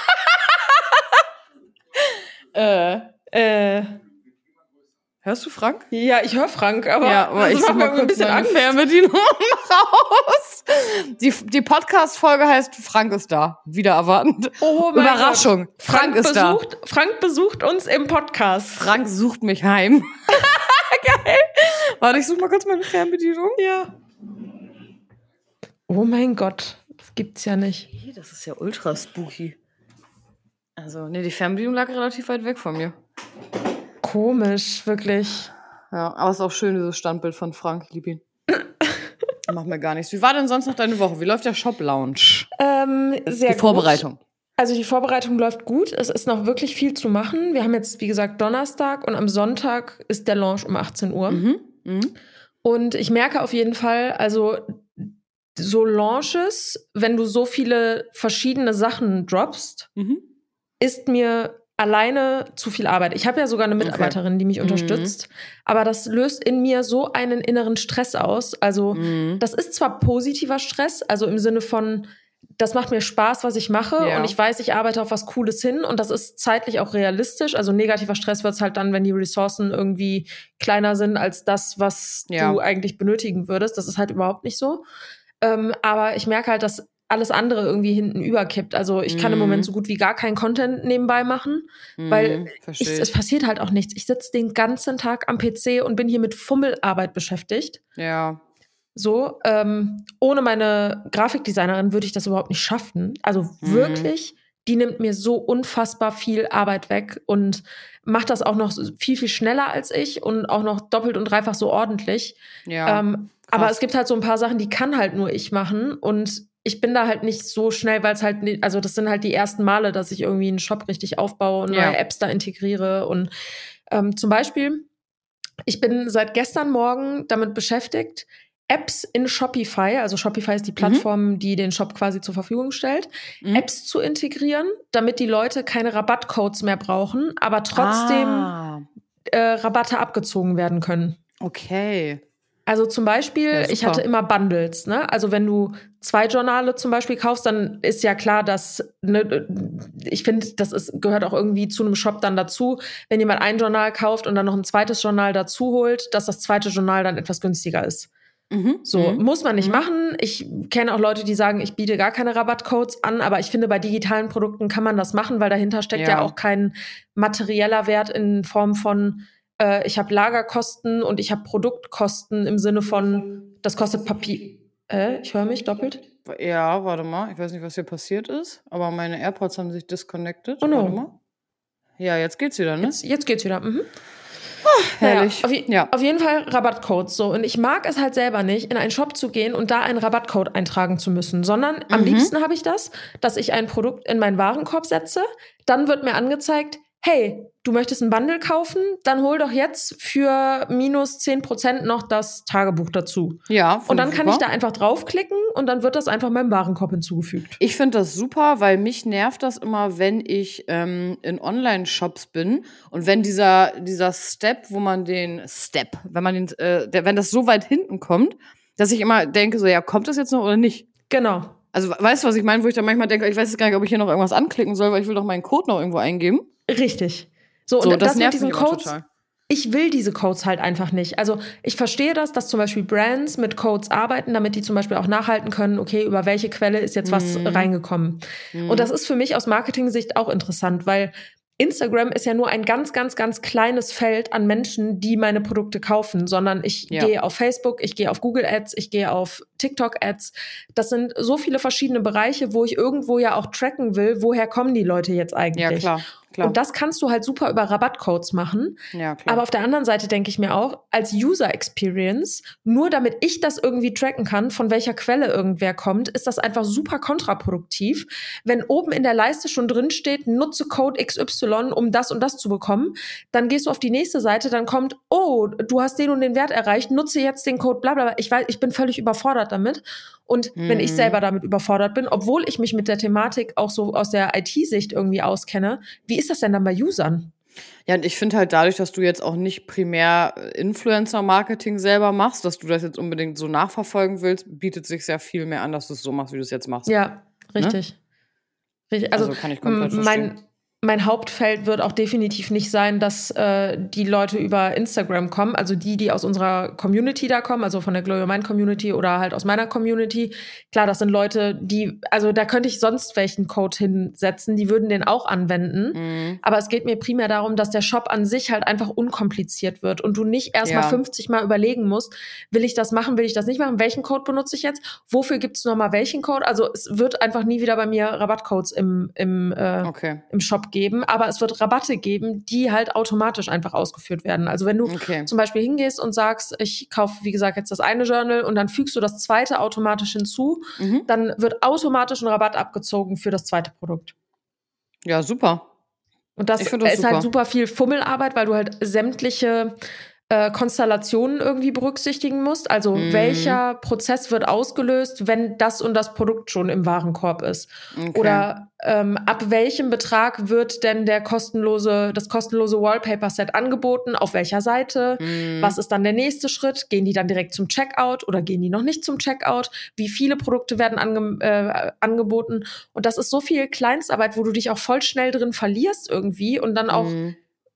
äh,
äh...
Hörst du Frank?
Ja, ich höre Frank, aber,
ja, aber ich
macht
such
mir
mal kurz
ein bisschen
meine
Angst.
Fernbedienung raus. Die, die Podcast-Folge heißt Frank ist da. Wieder erwartend.
Oh mein
Überraschung.
Gott.
Frank,
Frank
ist
besucht,
da.
Frank besucht uns im Podcast.
Frank sucht mich heim. Geil. Warte, ich suche mal kurz meine Fernbedienung.
Ja. Oh mein Gott. Das gibt's ja nicht.
Hey, das ist ja ultra spooky. Also, nee, die Fernbedienung lag relativ weit weg von mir.
Komisch, wirklich.
Ja, aber es ist auch schön, dieses Standbild von Frank. Ich lieb ihn. Macht mir gar nichts. Wie war denn sonst noch deine Woche? Wie läuft der Shop-Lounge?
Ähm, sehr
die
gut.
Vorbereitung.
Also die Vorbereitung läuft gut. Es ist noch wirklich viel zu machen. Wir haben jetzt, wie gesagt, Donnerstag und am Sonntag ist der Launch um achtzehn Uhr.
Mhm. Mhm.
Und ich merke auf jeden Fall, also so Launches, wenn du so viele verschiedene Sachen droppst,
Mhm.
ist mir alleine zu viel Arbeit. Ich habe ja sogar eine Mitarbeiterin, okay. die mich
Mhm.
unterstützt, aber das löst in mir so einen inneren Stress aus. Also
Mhm.
das ist zwar positiver Stress, also im Sinne von, das macht mir Spaß, was ich mache
Ja.
und ich weiß, ich arbeite auf was Cooles hin und das ist zeitlich auch realistisch. Also negativer Stress wird's halt dann, wenn die Ressourcen irgendwie kleiner sind als das, was
Ja.
du eigentlich benötigen würdest. Das ist halt überhaupt nicht so. Ähm, aber ich merke halt, dass alles andere irgendwie hinten überkippt. Also ich kann
Mhm.
im Moment so gut wie gar keinen Content nebenbei machen,
Mhm,
weil
versteh
ich,
ich.
es passiert halt auch nichts. Ich sitze den ganzen Tag am P C und bin hier mit Fummelarbeit beschäftigt.
Ja.
So, ähm, ohne meine Grafikdesignerin würde ich das überhaupt nicht schaffen. Also
Mhm.
wirklich, die nimmt mir so unfassbar viel Arbeit weg und macht das auch noch so viel, viel schneller als ich und auch noch doppelt und dreifach so ordentlich.
Ja.
Ähm,
krass.
aber es gibt halt so ein paar Sachen, die kann halt nur ich machen und ich bin da halt nicht so schnell, weil es halt, nicht, also das sind halt die ersten Male, dass ich irgendwie einen Shop richtig aufbaue und
Ja.
neue Apps da integriere und ähm, zum Beispiel, ich bin seit gestern Morgen damit beschäftigt, Apps in Shopify, also Shopify ist die Plattform, mhm. die den Shop quasi zur Verfügung stellt, mhm. Apps zu integrieren, damit die Leute keine Rabattcodes mehr brauchen, aber trotzdem ah. äh, Rabatte abgezogen werden können.
Okay.
Also zum Beispiel, ja, ich hatte immer Bundles, ne? Also wenn du zwei Journale zum Beispiel kaufst, dann ist ja klar, dass, ne, ich finde, das ist, gehört auch irgendwie zu einem Shop dann dazu, wenn jemand ein Journal kauft und dann noch ein zweites Journal dazu holt, dass das zweite Journal dann etwas günstiger ist.
Mhm.
So,
mhm.
muss man nicht
mhm.
machen. Ich kenne auch Leute, die sagen, ich biete gar keine Rabattcodes an, aber ich finde, bei digitalen Produkten kann man das machen, weil dahinter steckt ja, ja auch kein materieller Wert in Form von äh, ich habe Lagerkosten und ich habe Produktkosten im Sinne von, das kostet Papier. Äh, ich höre mich doppelt.
Ja, warte mal. Ich weiß nicht, was hier passiert ist, aber meine AirPods haben sich disconnected.
Oh no.
Warte mal. Ja, jetzt geht's wieder, ne?
Jetzt, jetzt geht's wieder. Mhm.
Oh, herrlich.
Naja, auf, ja. auf jeden Fall Rabattcodes. So. Und ich mag es halt selber nicht, in einen Shop zu gehen und da einen Rabattcode eintragen zu müssen, sondern mhm. am liebsten habe ich das, dass ich ein Produkt in meinen Warenkorb setze, dann wird mir angezeigt, hey, du möchtest ein Bundle kaufen, dann hol doch jetzt für minus zehn Prozent noch das Tagebuch dazu.
Ja,
und dann
ich
kann
super.
ich da einfach draufklicken und dann wird das einfach meinem Warenkorb hinzugefügt.
Ich finde das super, weil mich nervt das immer, wenn ich ähm, in Online-Shops bin und wenn dieser, dieser Step, wo man den Step, wenn man den, äh, der, wenn das so weit hinten kommt, dass ich immer denke, so, ja, kommt das jetzt noch oder nicht?
Genau.
Also, weißt du, was ich meine, wo ich dann manchmal denke, ich weiß jetzt gar nicht, ob ich hier noch irgendwas anklicken soll, weil ich will doch meinen Code noch irgendwo eingeben.
Richtig. So,
so
und
das,
das
nervt
mit diesen
mich
Codes,
total.
Ich will diese Codes halt einfach nicht. Also ich verstehe das, dass zum Beispiel Brands mit Codes arbeiten, damit die zum Beispiel auch nachhalten können, okay, über welche Quelle ist jetzt was mm. reingekommen. Mm. Und das ist für mich aus Marketing-Sicht auch interessant, weil Instagram ist ja nur ein ganz, ganz, ganz kleines Feld an Menschen, die meine Produkte kaufen, sondern ich ja. gehe auf Facebook, ich gehe auf Google Ads, ich gehe auf TikTok Ads. Das sind so viele verschiedene Bereiche, wo ich irgendwo ja auch tracken will, woher kommen die Leute jetzt eigentlich.
Ja, klar. Klar.
Und das kannst du halt super über Rabattcodes machen.
Ja, klar.
Aber auf der anderen Seite denke ich mir auch, als User Experience, nur damit ich das irgendwie tracken kann, von welcher Quelle irgendwer kommt, ist das einfach super kontraproduktiv. Wenn oben in der Leiste schon drin steht, nutze Code X Y, um das und das zu bekommen, dann gehst du auf die nächste Seite, dann kommt, oh, du hast den und den Wert erreicht, nutze jetzt den Code, bla bla bla. Ich weiß, ich bin völlig überfordert damit. Und mhm. wenn ich selber damit überfordert bin, obwohl ich mich mit der Thematik auch so aus der I T-Sicht irgendwie auskenne, wie ist das denn dann bei Usern?
Ja, und ich finde halt dadurch, dass du jetzt auch nicht primär Influencer-Marketing selber machst, dass du das jetzt unbedingt so nachverfolgen willst, bietet sich sehr viel mehr an, dass du es so machst, wie du es jetzt machst.
Ja, richtig. Ne? richtig. Also,
also kann ich komplett
mein,
verstehen.
Mein Hauptfeld wird auch definitiv nicht sein, dass äh, die Leute über Instagram kommen, also die, die aus unserer Community da kommen, also von der Glow Your Mind Community oder halt aus meiner Community. Klar, das sind Leute, die, also da könnte ich sonst welchen Code hinsetzen, die würden den auch anwenden. Mhm. Aber es geht mir primär darum, dass der Shop an sich halt einfach unkompliziert wird und du nicht erstmal ja. fünfzig Mal überlegen musst, will ich das machen, will ich das nicht machen, welchen Code benutze ich jetzt, wofür gibt's nochmal welchen Code? Also es wird einfach nie wieder bei mir Rabattcodes im, im, äh,
okay.
im Shop geben, aber es wird Rabatte geben, die halt automatisch einfach ausgeführt werden. Also wenn du
okay.
zum Beispiel hingehst und sagst, ich kaufe, wie gesagt, jetzt das eine Journal und dann fügst du das zweite automatisch hinzu, mhm. dann wird automatisch ein Rabatt abgezogen für das zweite Produkt.
Ja, super.
Und das,
das
ist
super.
halt super viel Fummelarbeit, weil du halt sämtliche äh, Konstellationen irgendwie berücksichtigen musst. Also mhm. welcher Prozess wird ausgelöst, wenn das und das Produkt schon im Warenkorb ist?
Okay.
Oder ähm, ab welchem Betrag wird denn der kostenlose, das kostenlose Wallpaper-Set angeboten? Auf welcher Seite? Mhm. Was ist dann der nächste Schritt? Gehen die dann direkt zum Checkout oder gehen die noch nicht zum Checkout? Wie viele Produkte werden ange- äh, angeboten? Und das ist so viel Kleinstarbeit, wo du dich auch voll schnell drin verlierst irgendwie und dann auch mhm.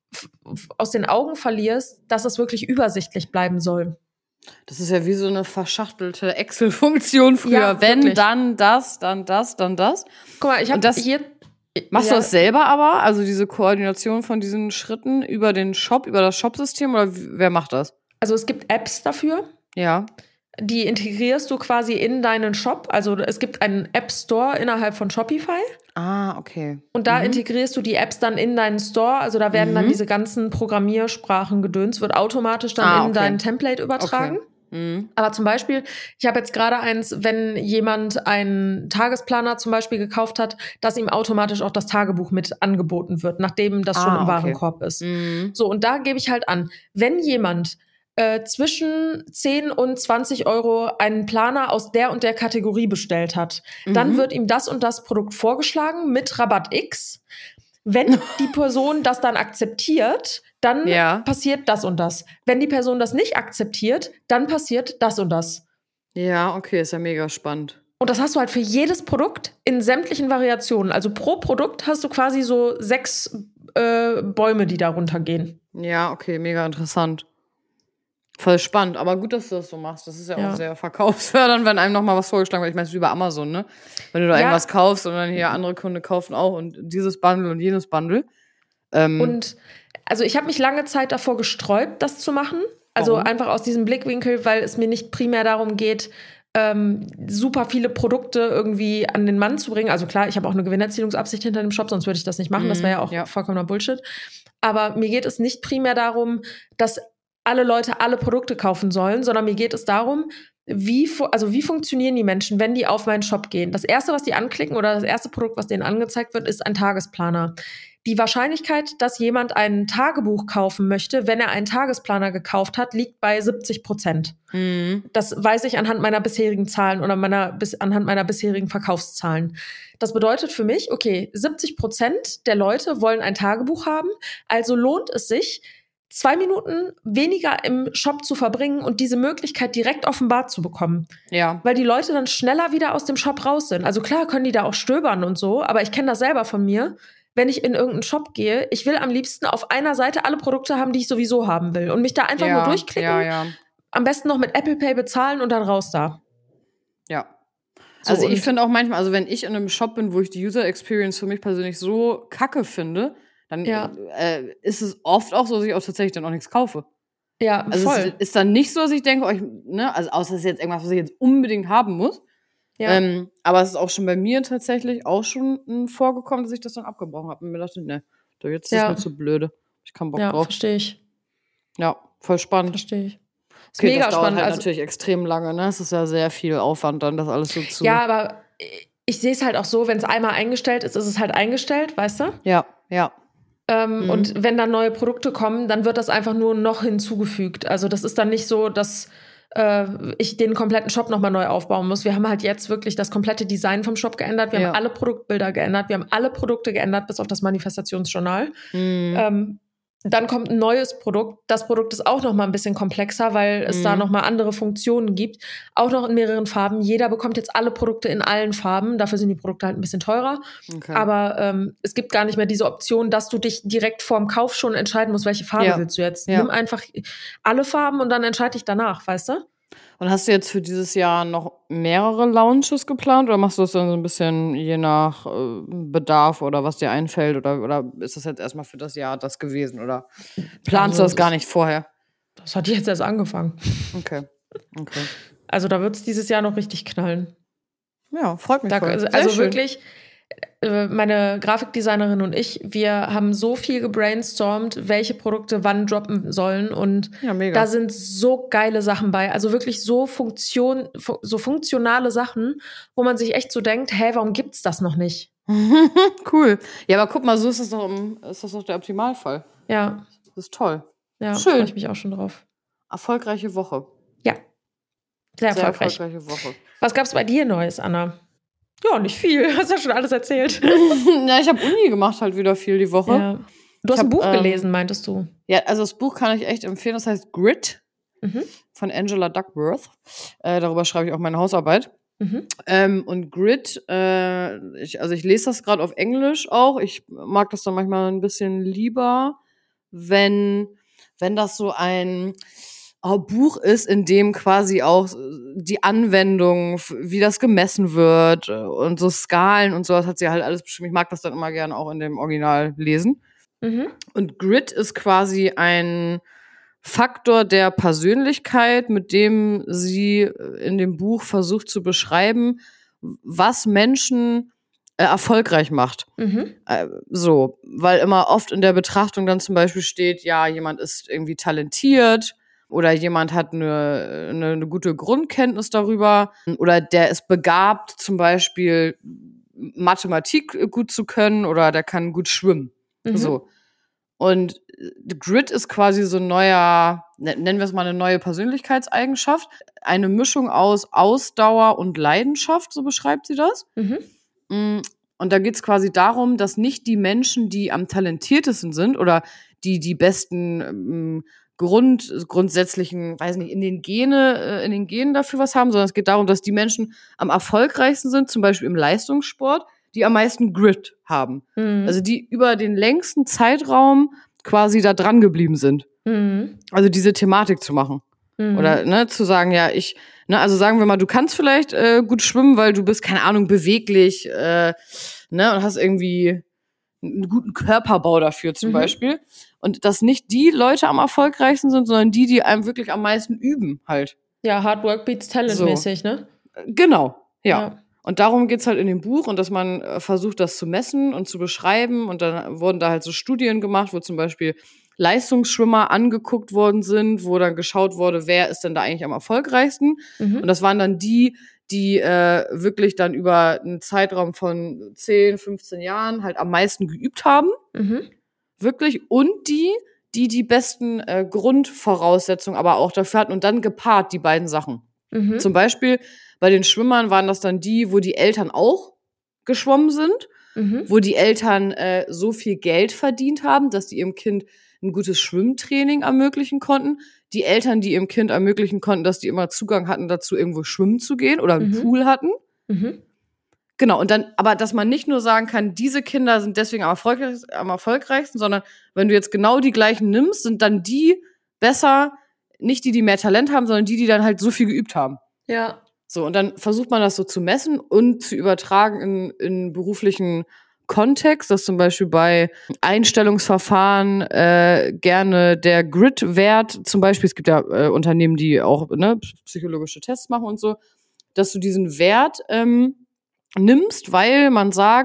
aus den Augen verlierst, dass es wirklich übersichtlich bleiben soll.
Das ist ja wie so eine verschachtelte Excel-Funktion früher. Ja, wenn, wirklich. dann das, dann das, dann das.
Guck mal, ich habe hier...
Machst ja. du das selber aber? Also diese Koordination von diesen Schritten über den Shop, über das Shop-System oder wer macht das?
Also es gibt Apps dafür.
Ja.
Die integrierst du quasi in deinen Shop. Also es gibt einen App-Store innerhalb von Shopify.
Ah, okay.
Und da
mhm.
integrierst du die Apps dann in deinen Store. Also da werden mhm. dann diese ganzen Programmiersprachen gedöns, wird automatisch dann ah, in okay. dein Template übertragen.
Okay. Mhm.
Aber zum Beispiel, ich habe jetzt gerade eins, wenn jemand einen Tagesplaner zum Beispiel gekauft hat, dass ihm automatisch auch das Tagebuch mit angeboten wird, nachdem das ah, schon im
okay.
Warenkorb ist.
Mhm.
So, und da gebe ich halt an, wenn jemand Äh, zwischen zehn und zwanzig Euro einen Planer aus der und der Kategorie bestellt hat, mhm. dann wird ihm das und das Produkt vorgeschlagen mit Rabatt X. Wenn die Person das dann akzeptiert, dann
ja.
passiert das und das. Wenn die Person das nicht akzeptiert, dann passiert das und das.
Ja, okay, ist ja mega spannend.
Und das hast du halt für jedes Produkt in sämtlichen Variationen. Also pro Produkt hast du quasi so sechs äh, Bäume, die da runtergehen.
Ja, okay, mega interessant. Voll spannend, aber gut, dass du das so machst. Das ist ja, ja. auch sehr verkaufsfördernd, wenn einem nochmal was vorgeschlagen wird. Ich meine, es ist wie bei Amazon, ne? Wenn du da ja. irgendwas kaufst und dann hier andere Kunden kaufen auch und dieses Bundle und jenes Bundle. Ähm
und also ich habe mich lange Zeit davor gesträubt, das zu machen. Also
Warum?
Einfach aus diesem Blickwinkel, weil es mir nicht primär darum geht, ähm, super viele Produkte irgendwie an den Mann zu bringen. Also klar, ich habe auch eine Gewinnerzielungsabsicht hinter dem Shop, sonst würde ich das nicht machen. Mhm, das wäre ja auch ja. vollkommener Bullshit. Aber mir geht es nicht primär darum, dass alle Leute alle Produkte kaufen sollen, sondern mir geht es darum, wie, also wie funktionieren die Menschen, wenn die auf meinen Shop gehen. Das erste, was die anklicken oder das erste Produkt, was denen angezeigt wird, ist ein Tagesplaner. Die Wahrscheinlichkeit, dass jemand ein Tagebuch kaufen möchte, wenn er einen Tagesplaner gekauft hat, liegt bei siebzig Prozent.
Mhm.
Das weiß ich anhand meiner bisherigen Zahlen oder meiner, bis, anhand meiner bisherigen Verkaufszahlen. Das bedeutet für mich, okay, siebzig Prozent der Leute wollen ein Tagebuch haben, also lohnt es sich, zwei Minuten weniger im Shop zu verbringen und diese Möglichkeit direkt offenbart zu bekommen.
Ja.
Weil die Leute dann schneller wieder aus dem Shop raus sind. Also klar können die da auch stöbern und so, aber ich kenne das selber von mir. Wenn ich in irgendeinen Shop gehe, ich will am liebsten auf einer Seite alle Produkte haben, die ich sowieso haben will. Und mich da einfach
ja,
nur durchklicken,
ja, ja.
am besten noch mit Apple Pay bezahlen und dann raus da.
Ja. So, also ich finde auch manchmal, also wenn ich in einem Shop bin, wo ich die User Experience für mich persönlich so kacke finde, dann
ja.
äh, ist es oft auch so, dass ich auch tatsächlich dann auch nichts kaufe.
Ja,
also
voll.
Es ist dann nicht so, dass ich denke, oh, ich, ne, also außer es ist jetzt irgendwas, was ich jetzt unbedingt haben muss.
Ja.
Ähm, aber es ist auch schon bei mir tatsächlich auch schon m, vorgekommen, dass ich das dann abgebrochen habe und mir dachte, ne, Jetzt ist
Ja.
es mir zu blöde. Ich kann Bock
Ja,
drauf.
verstehe ich.
Ja, voll spannend.
Verstehe ich. Ist
Okay,
mega
das dauert
spannend.
halt
Also,
natürlich extrem lange, ne? Es ist ja sehr viel Aufwand, dann das alles so zu.
ja, aber ich sehe es halt auch so, wenn es einmal eingestellt ist, ist es halt eingestellt, weißt du?
Ja, ja.
Ähm,
Mhm.
Und wenn dann neue Produkte kommen, dann wird das einfach nur noch hinzugefügt. Also das ist dann nicht so, dass äh, ich den kompletten Shop nochmal neu aufbauen muss. Wir haben halt jetzt wirklich das komplette Design vom Shop geändert. Wir
Ja.
haben alle Produktbilder geändert. Wir haben alle Produkte geändert, bis auf das Manifestationsjournal.
Mhm.
Ähm, dann kommt ein neues Produkt. Das Produkt ist auch noch mal ein bisschen komplexer, weil es
Mhm.
da noch mal andere Funktionen gibt. Auch noch in mehreren Farben. Jeder bekommt jetzt alle Produkte in allen Farben. Dafür sind die Produkte halt ein bisschen teurer.
Okay.
Aber ähm, es gibt gar nicht mehr diese Option, dass du dich direkt vorm Kauf schon entscheiden musst, welche Farbe
Ja.
willst du jetzt.
Ja.
Nimm einfach alle Farben und dann entscheide dich danach, weißt du?
Und hast du jetzt für dieses Jahr noch mehrere Launches geplant oder machst du das dann so ein bisschen je nach äh, Bedarf oder was dir einfällt oder, oder ist das jetzt erstmal für das Jahr das gewesen oder planst
Also,
du das gar
es-
nicht vorher?
Das hat jetzt erst angefangen.
Okay, okay.
Also da wird es dieses Jahr noch richtig knallen.
Ja, freut mich
Da,
voll.
also
Sehr
also
schön.
wirklich, äh, meine Grafikdesignerin und ich, wir haben so viel gebrainstormt, welche Produkte wann droppen sollen. Und
Ja, mega.
da sind so geile Sachen bei. Also wirklich so Funktion, fu- so funktionale Sachen, wo man sich echt so denkt, hä, warum gibt's das noch nicht?
Cool. Ja, aber guck mal, so ist das doch, im, ist das doch der Optimalfall.
Ja,
Das ist toll.
ja,
Schön.
freue ich mich auch schon drauf.
Erfolgreiche Woche.
Ja, sehr
Sehr
erfolgreich.
erfolgreiche Woche.
Was gab's bei dir Neues, Anna? Ja, nicht viel. Hast ja schon alles erzählt.
Ja, ich habe Uni gemacht halt wieder viel die Woche.
Ja. Du hast
Ich
ein
hab,
Buch
ähm,
gelesen, meintest du?
Ja, also das Buch kann ich echt empfehlen. Das heißt Grit
Mhm.
von Angela Duckworth. Äh, darüber schreibe ich auch meine Hausarbeit.
Mhm.
Ähm, und Grit, äh, ich, also ich lese das gerade auf Englisch auch. Ich mag das dann manchmal ein bisschen lieber, wenn, wenn das so ein äh, Buch ist, in dem quasi auch die Anwendung, f- wie das gemessen wird äh, und so Skalen und sowas hat sie halt alles beschrieben. Ich mag das dann immer gerne auch in dem Original lesen.
Mhm.
Und Grit ist quasi ein Faktor der Persönlichkeit, mit dem sie in dem Buch versucht zu beschreiben, was Menschen äh, erfolgreich macht.
Mhm.
Äh, so, weil immer oft in der Betrachtung dann zum Beispiel steht, ja, jemand ist irgendwie talentiert oder jemand hat eine, eine, eine gute Grundkenntnis darüber oder der ist begabt, zum Beispiel Mathematik gut zu können oder der kann gut schwimmen.
Mhm.
So. Und Grit ist quasi so ein neuer, nennen wir es mal eine neue Persönlichkeitseigenschaft. Eine Mischung aus Ausdauer und Leidenschaft, so beschreibt sie das.
Mhm.
Und da geht es quasi darum, dass nicht die Menschen, die am talentiertesten sind oder die die besten ähm, Grund, grundsätzlichen, weiß nicht, in den Gene, äh, in den Genen dafür was haben, sondern es geht darum, dass die Menschen am erfolgreichsten sind, zum Beispiel im Leistungssport, die am meisten Grit haben.
Mhm.
Also die über den längsten Zeitraum quasi da dran geblieben sind.
Mhm.
Also diese Thematik zu machen.
Mhm.
Oder ne, zu sagen, ja, ich, ne, also sagen wir mal, du kannst vielleicht äh, gut schwimmen, weil du bist, keine Ahnung, beweglich, äh, ne, und hast irgendwie einen guten Körperbau dafür zum
Mhm.
Beispiel. Und dass nicht die Leute am erfolgreichsten sind, sondern die, die einem wirklich am meisten üben halt.
Ja, Hard Work beats Talent
So.
mäßig, ne?
Genau, ja.
Ja.
Und darum geht's halt in dem Buch und dass man äh, versucht, das zu messen und zu beschreiben. Und dann wurden da halt so Studien gemacht, wo zum Beispiel Leistungsschwimmer angeguckt worden sind, wo dann geschaut wurde, wer ist denn da eigentlich am erfolgreichsten.
Mhm.
Und das waren dann die, die äh, wirklich dann über einen Zeitraum von zehn, fünfzehn Jahren halt am meisten geübt haben.
Mhm.
Wirklich. Und die, die die besten äh, Grundvoraussetzungen aber auch dafür hatten und dann gepaart die beiden Sachen.
Mhm.
Zum Beispiel bei den Schwimmern waren das dann die, wo die Eltern auch geschwommen sind,
Mhm.
wo die Eltern äh, so viel Geld verdient haben, dass die ihrem Kind ein gutes Schwimmtraining ermöglichen konnten. Die Eltern, die ihrem Kind ermöglichen konnten, dass die immer Zugang hatten dazu, irgendwo schwimmen zu gehen oder einen
Mhm.
Pool hatten.
Mhm.
Genau, und dann, aber dass man nicht nur sagen kann, diese Kinder sind deswegen am erfolgreichsten, am erfolgreichsten, sondern wenn du jetzt genau die gleichen nimmst, sind dann die besser, nicht die, die mehr Talent haben, sondern die, die dann halt so viel geübt haben.
Ja.
So, und dann versucht man das so zu messen und zu übertragen in, in beruflichen Kontext, dass zum Beispiel bei Einstellungsverfahren äh, gerne der Grit-Wert, zum Beispiel, es gibt ja äh, Unternehmen, die auch ne, psychologische Tests machen und so, dass du diesen Wert ähm, nimmst, weil man sagt,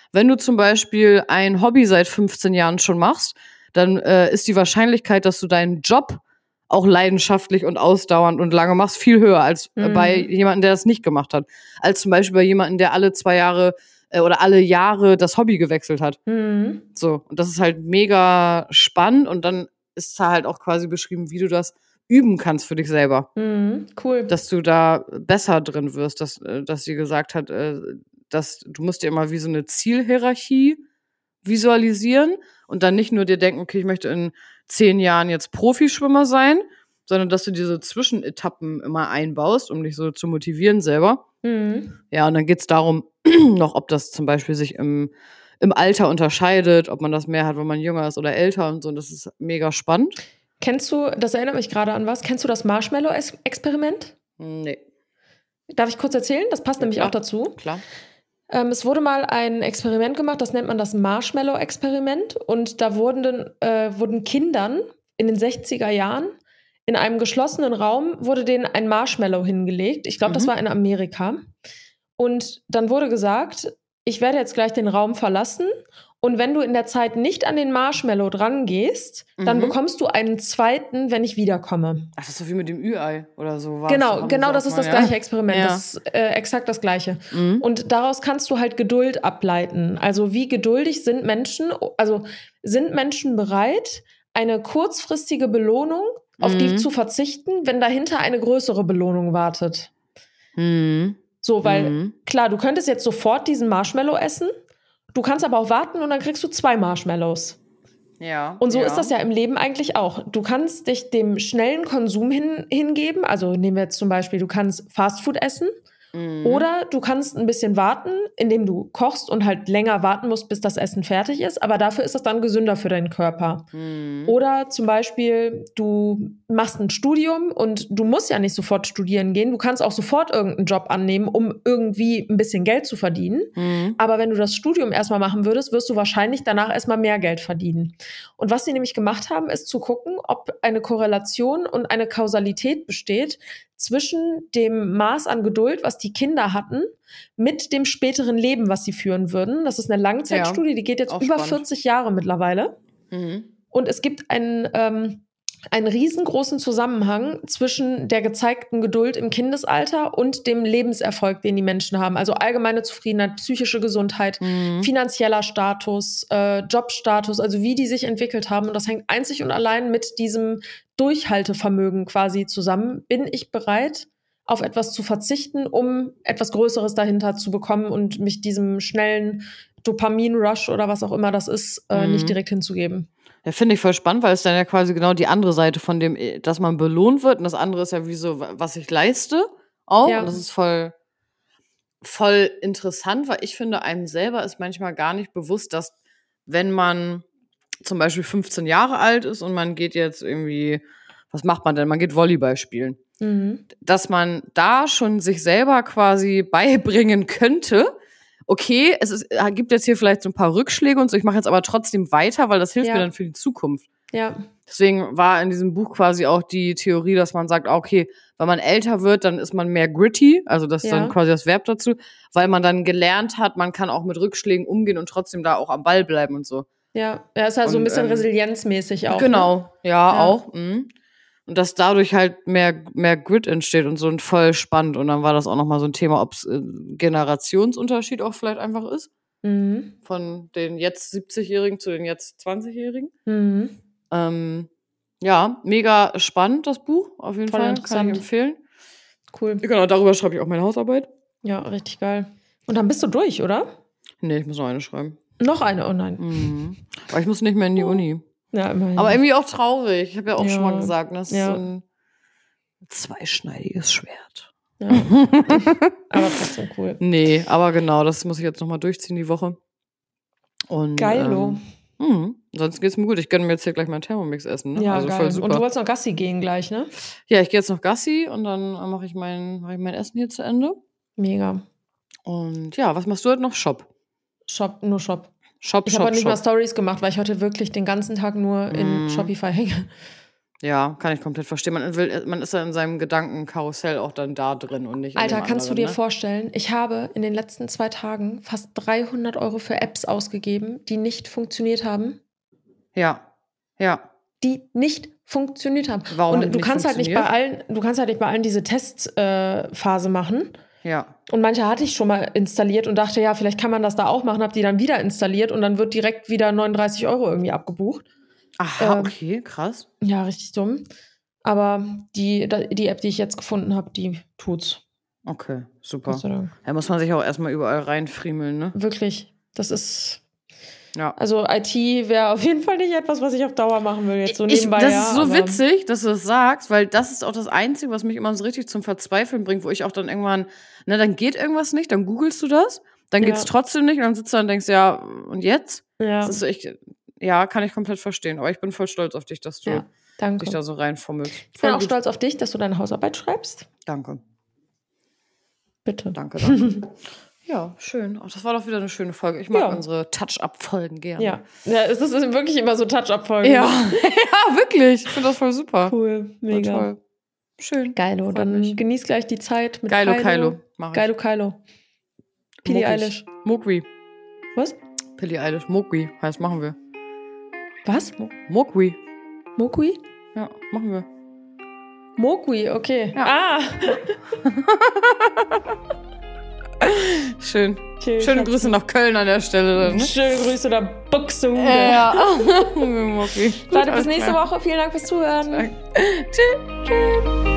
wenn du zum Beispiel ein Hobby seit fünfzehn Jahren schon machst, dann äh, ist die Wahrscheinlichkeit, dass du deinen Job auch leidenschaftlich und ausdauernd und lange machst, viel höher als äh,
Mhm.
bei jemandem, der das nicht gemacht hat. Als zum Beispiel bei jemandem, der alle zwei Jahre äh, oder alle Jahre das Hobby gewechselt hat.
Mhm.
So, und das ist halt mega spannend und dann ist da halt auch quasi beschrieben, wie du das üben kannst für dich selber.
Mhm. Cool.
Dass du da besser drin wirst, dass, äh, dass sie gesagt hat, äh, dass du musst dir immer wie so eine Zielhierarchie visualisieren und dann nicht nur dir denken, okay, ich möchte in zehn Jahren jetzt Profischwimmer sein, sondern dass du diese Zwischenetappen immer einbaust, um dich so zu motivieren selber.
Mhm.
Ja, und dann geht's darum, noch, ob das zum Beispiel sich im, im Alter unterscheidet, ob man das mehr hat, wenn man jünger ist oder älter und so. Und das ist mega spannend.
Kennst du, das erinnert mich gerade an was, kennst du das Marshmallow-Experiment?
Nee.
Darf ich kurz erzählen? Das passt
Ja,
nämlich
klar.
auch dazu.
Klar.
Ähm, es wurde mal ein Experiment gemacht, das nennt man das Marshmallow-Experiment. Und da wurden, äh, wurden Kindern in den sechziger Jahren in einem geschlossenen Raum, wurde denen ein Marshmallow hingelegt. Ich glaube, das
Mhm.
war in Amerika. Und dann wurde gesagt, ich werde jetzt gleich den Raum verlassen. Und wenn du in der Zeit nicht an den Marshmallow dran gehst, dann
Mhm.
bekommst du einen zweiten, wenn ich wiederkomme.
Ach, das ist so wie mit dem Ü-Ei oder so. War's.
Genau,
Haben
genau,
sie
das
auch
ist
mal,
das
ja?
gleiche Experiment.
Ja.
Das ist äh, exakt das gleiche.
Mhm.
Und daraus kannst du halt Geduld ableiten. Also wie geduldig sind Menschen, also sind Menschen bereit, eine kurzfristige Belohnung auf die
Mhm.
zu verzichten, wenn dahinter eine größere Belohnung wartet.
Mhm.
So, weil
Mhm.
klar, du könntest jetzt sofort diesen Marshmallow essen, du kannst aber auch warten und dann kriegst du zwei Marshmallows.
Ja.
Und so
ja.
ist das ja im Leben eigentlich auch. Du kannst dich dem schnellen Konsum hin, hingeben. Also nehmen wir jetzt zum Beispiel, du kannst Fastfood essen.
Mhm.
Oder du kannst ein bisschen warten, indem du kochst und halt länger warten musst, bis das Essen fertig ist. Aber dafür ist das dann gesünder für deinen Körper.
Mhm.
Oder zum Beispiel, du machst ein Studium und du musst ja nicht sofort studieren gehen. Du kannst auch sofort irgendeinen Job annehmen, um irgendwie ein bisschen Geld zu verdienen.
Mhm.
Aber wenn du das Studium erstmal machen würdest, wirst du wahrscheinlich danach erstmal mehr Geld verdienen. Und was sie nämlich gemacht haben, ist zu gucken, ob eine Korrelation und eine Kausalität besteht zwischen dem Maß an Geduld, was die Kinder hatten, mit dem späteren Leben, was sie führen würden. Das ist eine Langzeitstudie, die geht jetzt
auch
über
spannend.
vierzig Jahre mittlerweile.
Mhm.
Und es gibt einen, ähm, einen riesengroßen Zusammenhang zwischen der gezeigten Geduld im Kindesalter und dem Lebenserfolg, den die Menschen haben. Also allgemeine Zufriedenheit, psychische Gesundheit,
Mhm.
finanzieller Status, äh, Jobstatus, also wie die sich entwickelt haben. Und das hängt einzig und allein mit diesem Durchhaltevermögen quasi zusammen. Bin ich bereit, auf etwas zu verzichten, um etwas Größeres dahinter zu bekommen und mich diesem schnellen Dopamin-Rush oder was auch immer das ist, äh,
Mhm.
nicht direkt hinzugeben?
Ja, finde ich voll spannend, weil es dann ja quasi genau die andere Seite von dem, dass man belohnt wird und das andere ist ja wie so, was ich leiste auch.
Ja.
Und das ist voll, voll interessant, weil ich finde, einem selber ist manchmal gar nicht bewusst, dass wenn man zum Beispiel fünfzehn Jahre alt ist und man geht jetzt irgendwie, was macht man denn? Man geht Volleyball spielen.
Mhm.
Dass man da schon sich selber quasi beibringen könnte, okay, es ist, gibt jetzt hier vielleicht so ein paar Rückschläge und so, ich mache jetzt aber trotzdem weiter, weil das hilft
Ja.
mir dann für die Zukunft.
Ja.
Deswegen war in diesem Buch quasi auch die Theorie, dass man sagt, okay, wenn man älter wird, dann ist man mehr gritty, also das ist
Ja.
dann quasi das Verb dazu, weil man dann gelernt hat, man kann auch mit Rückschlägen umgehen und trotzdem da auch am Ball bleiben und so.
Ja, ja, ist halt so ein
Und,
bisschen
ähm,
resilienzmäßig auch.
Genau,
Ne?
ja,
Ja.
auch. Mhm. Und dass dadurch halt mehr, mehr Grit entsteht und so ein voll spannend. Und dann war das auch nochmal so ein Thema, ob es äh, Generationsunterschied auch vielleicht einfach ist.
Mhm.
Von den jetzt siebzig-Jährigen zu den jetzt zwanzig-Jährigen.
Mhm.
Ähm, ja, mega spannend, das Buch, auf jeden
Voll
Fall. Kann
interessant.
ich empfehlen.
Cool.
Genau, darüber schreibe ich auch meine Hausarbeit.
Ja, richtig geil. Und dann bist du durch, oder?
Nee, ich muss noch eine schreiben.
Noch eine, oh nein.
Mhm. Aber ich muss nicht mehr in die Uni.
Ja, immerhin.
Aber irgendwie auch traurig. Ich habe ja auch
Ja.
schon mal gesagt, das ist
Ja.
so ein zweischneidiges Schwert.
Ja. Aber trotzdem cool.
Nee, aber genau, das muss ich jetzt nochmal durchziehen die Woche. Und,
Geilo.
Ähm, mh, sonst geht's mir gut. Ich gönne mir jetzt hier gleich meinen Thermomix essen. Ne?
Ja,
also
geil.
voll super.
Und du wolltest noch Gassi gehen gleich, ne?
Ja, ich gehe jetzt noch Gassi und dann mache ich, mein, mach ich mein Essen hier zu Ende.
Mega.
Und ja, was machst du heute noch? Shop.
Shop, nur Shop.
Shop,
Ich
Shop,
habe heute nicht
Shop.
mal Stories gemacht, weil ich heute wirklich den ganzen Tag nur in
Mm.
Shopify hänge.
Ja, kann ich komplett verstehen. Man, will, man ist ja in seinem Gedankenkarussell auch dann da drin und nicht in
Alter,
dem
kannst du
anderen,
dir
ne?
vorstellen, ich habe in den letzten zwei Tagen fast dreihundert Euro für Apps ausgegeben, die nicht funktioniert haben.
Ja, ja.
Die nicht funktioniert haben.
Warum
und du
nicht
kannst halt nicht bei
funktioniert?
allen, du kannst halt nicht bei allen diese Testphase äh, machen.
Ja.
Und manche hatte ich schon mal installiert und dachte, ja, vielleicht kann man das da auch machen, habe die dann wieder installiert und dann wird direkt wieder neununddreißig Euro irgendwie abgebucht.
Aha,
Ähm,
okay, krass.
Ja, richtig dumm. Aber die, die App, die ich jetzt gefunden habe, die tut's.
Okay, super.
Gott sei Dank.
Da muss man sich auch erstmal überall reinfriemeln, ne?
Wirklich. Das ist.
Ja.
Also I T wäre auf jeden Fall nicht etwas, was ich auf Dauer machen will. Jetzt so
Ich,
nebenbei,
das
ja,
ist so
aber
witzig, dass du das sagst, weil das ist auch das Einzige, was mich immer so richtig zum Verzweifeln bringt, wo ich auch dann irgendwann, ne, dann geht irgendwas nicht, dann googelst du das, dann
Ja.
geht's trotzdem nicht und dann sitzt du da und denkst, ja, und jetzt?
Ja,
Das ist so echt, ja, kann ich komplett verstehen, aber ich bin voll stolz auf dich, dass du
ja, danke.
dich da so reinfummelst.
Ich bin
Voll
auch
gut.
stolz auf dich, dass du deine Hausarbeit schreibst.
Danke,
Bitte.
danke, danke. Ja, schön. Ach, das war doch wieder eine schöne Folge. Ich mag
Ja.
unsere Touch-Up-Folgen gerne.
Ja, ja es ist wirklich immer so Touch-Up-Folgen.
Ja, ja, wirklich. Ich finde das voll super.
Cool, mega.
Voll toll. Schön.
Geilo,
Freut
dann
mich.
genieß gleich die Zeit mit
Geilo,
Kylo.
Kylo. Mach ich.
Geilo, Kylo. Billie
Muckig.
Eilish.
Mogwi.
Was?
Billie Eilish. Mogwi. Heißt, machen wir.
Was?
Mogwi.
Mogwi?
Ja, machen wir.
Mogwi, okay.
Ja.
Ah!
Schön.
Tschüss,
Schöne
Schatz.
Grüße nach Köln an der Stelle. Ne?
Schöne Grüße nach Buxtehude.
Ja. Mogwi.
Leute, bis nächste Woche. Vielen Dank fürs Zuhören.
Tschüss.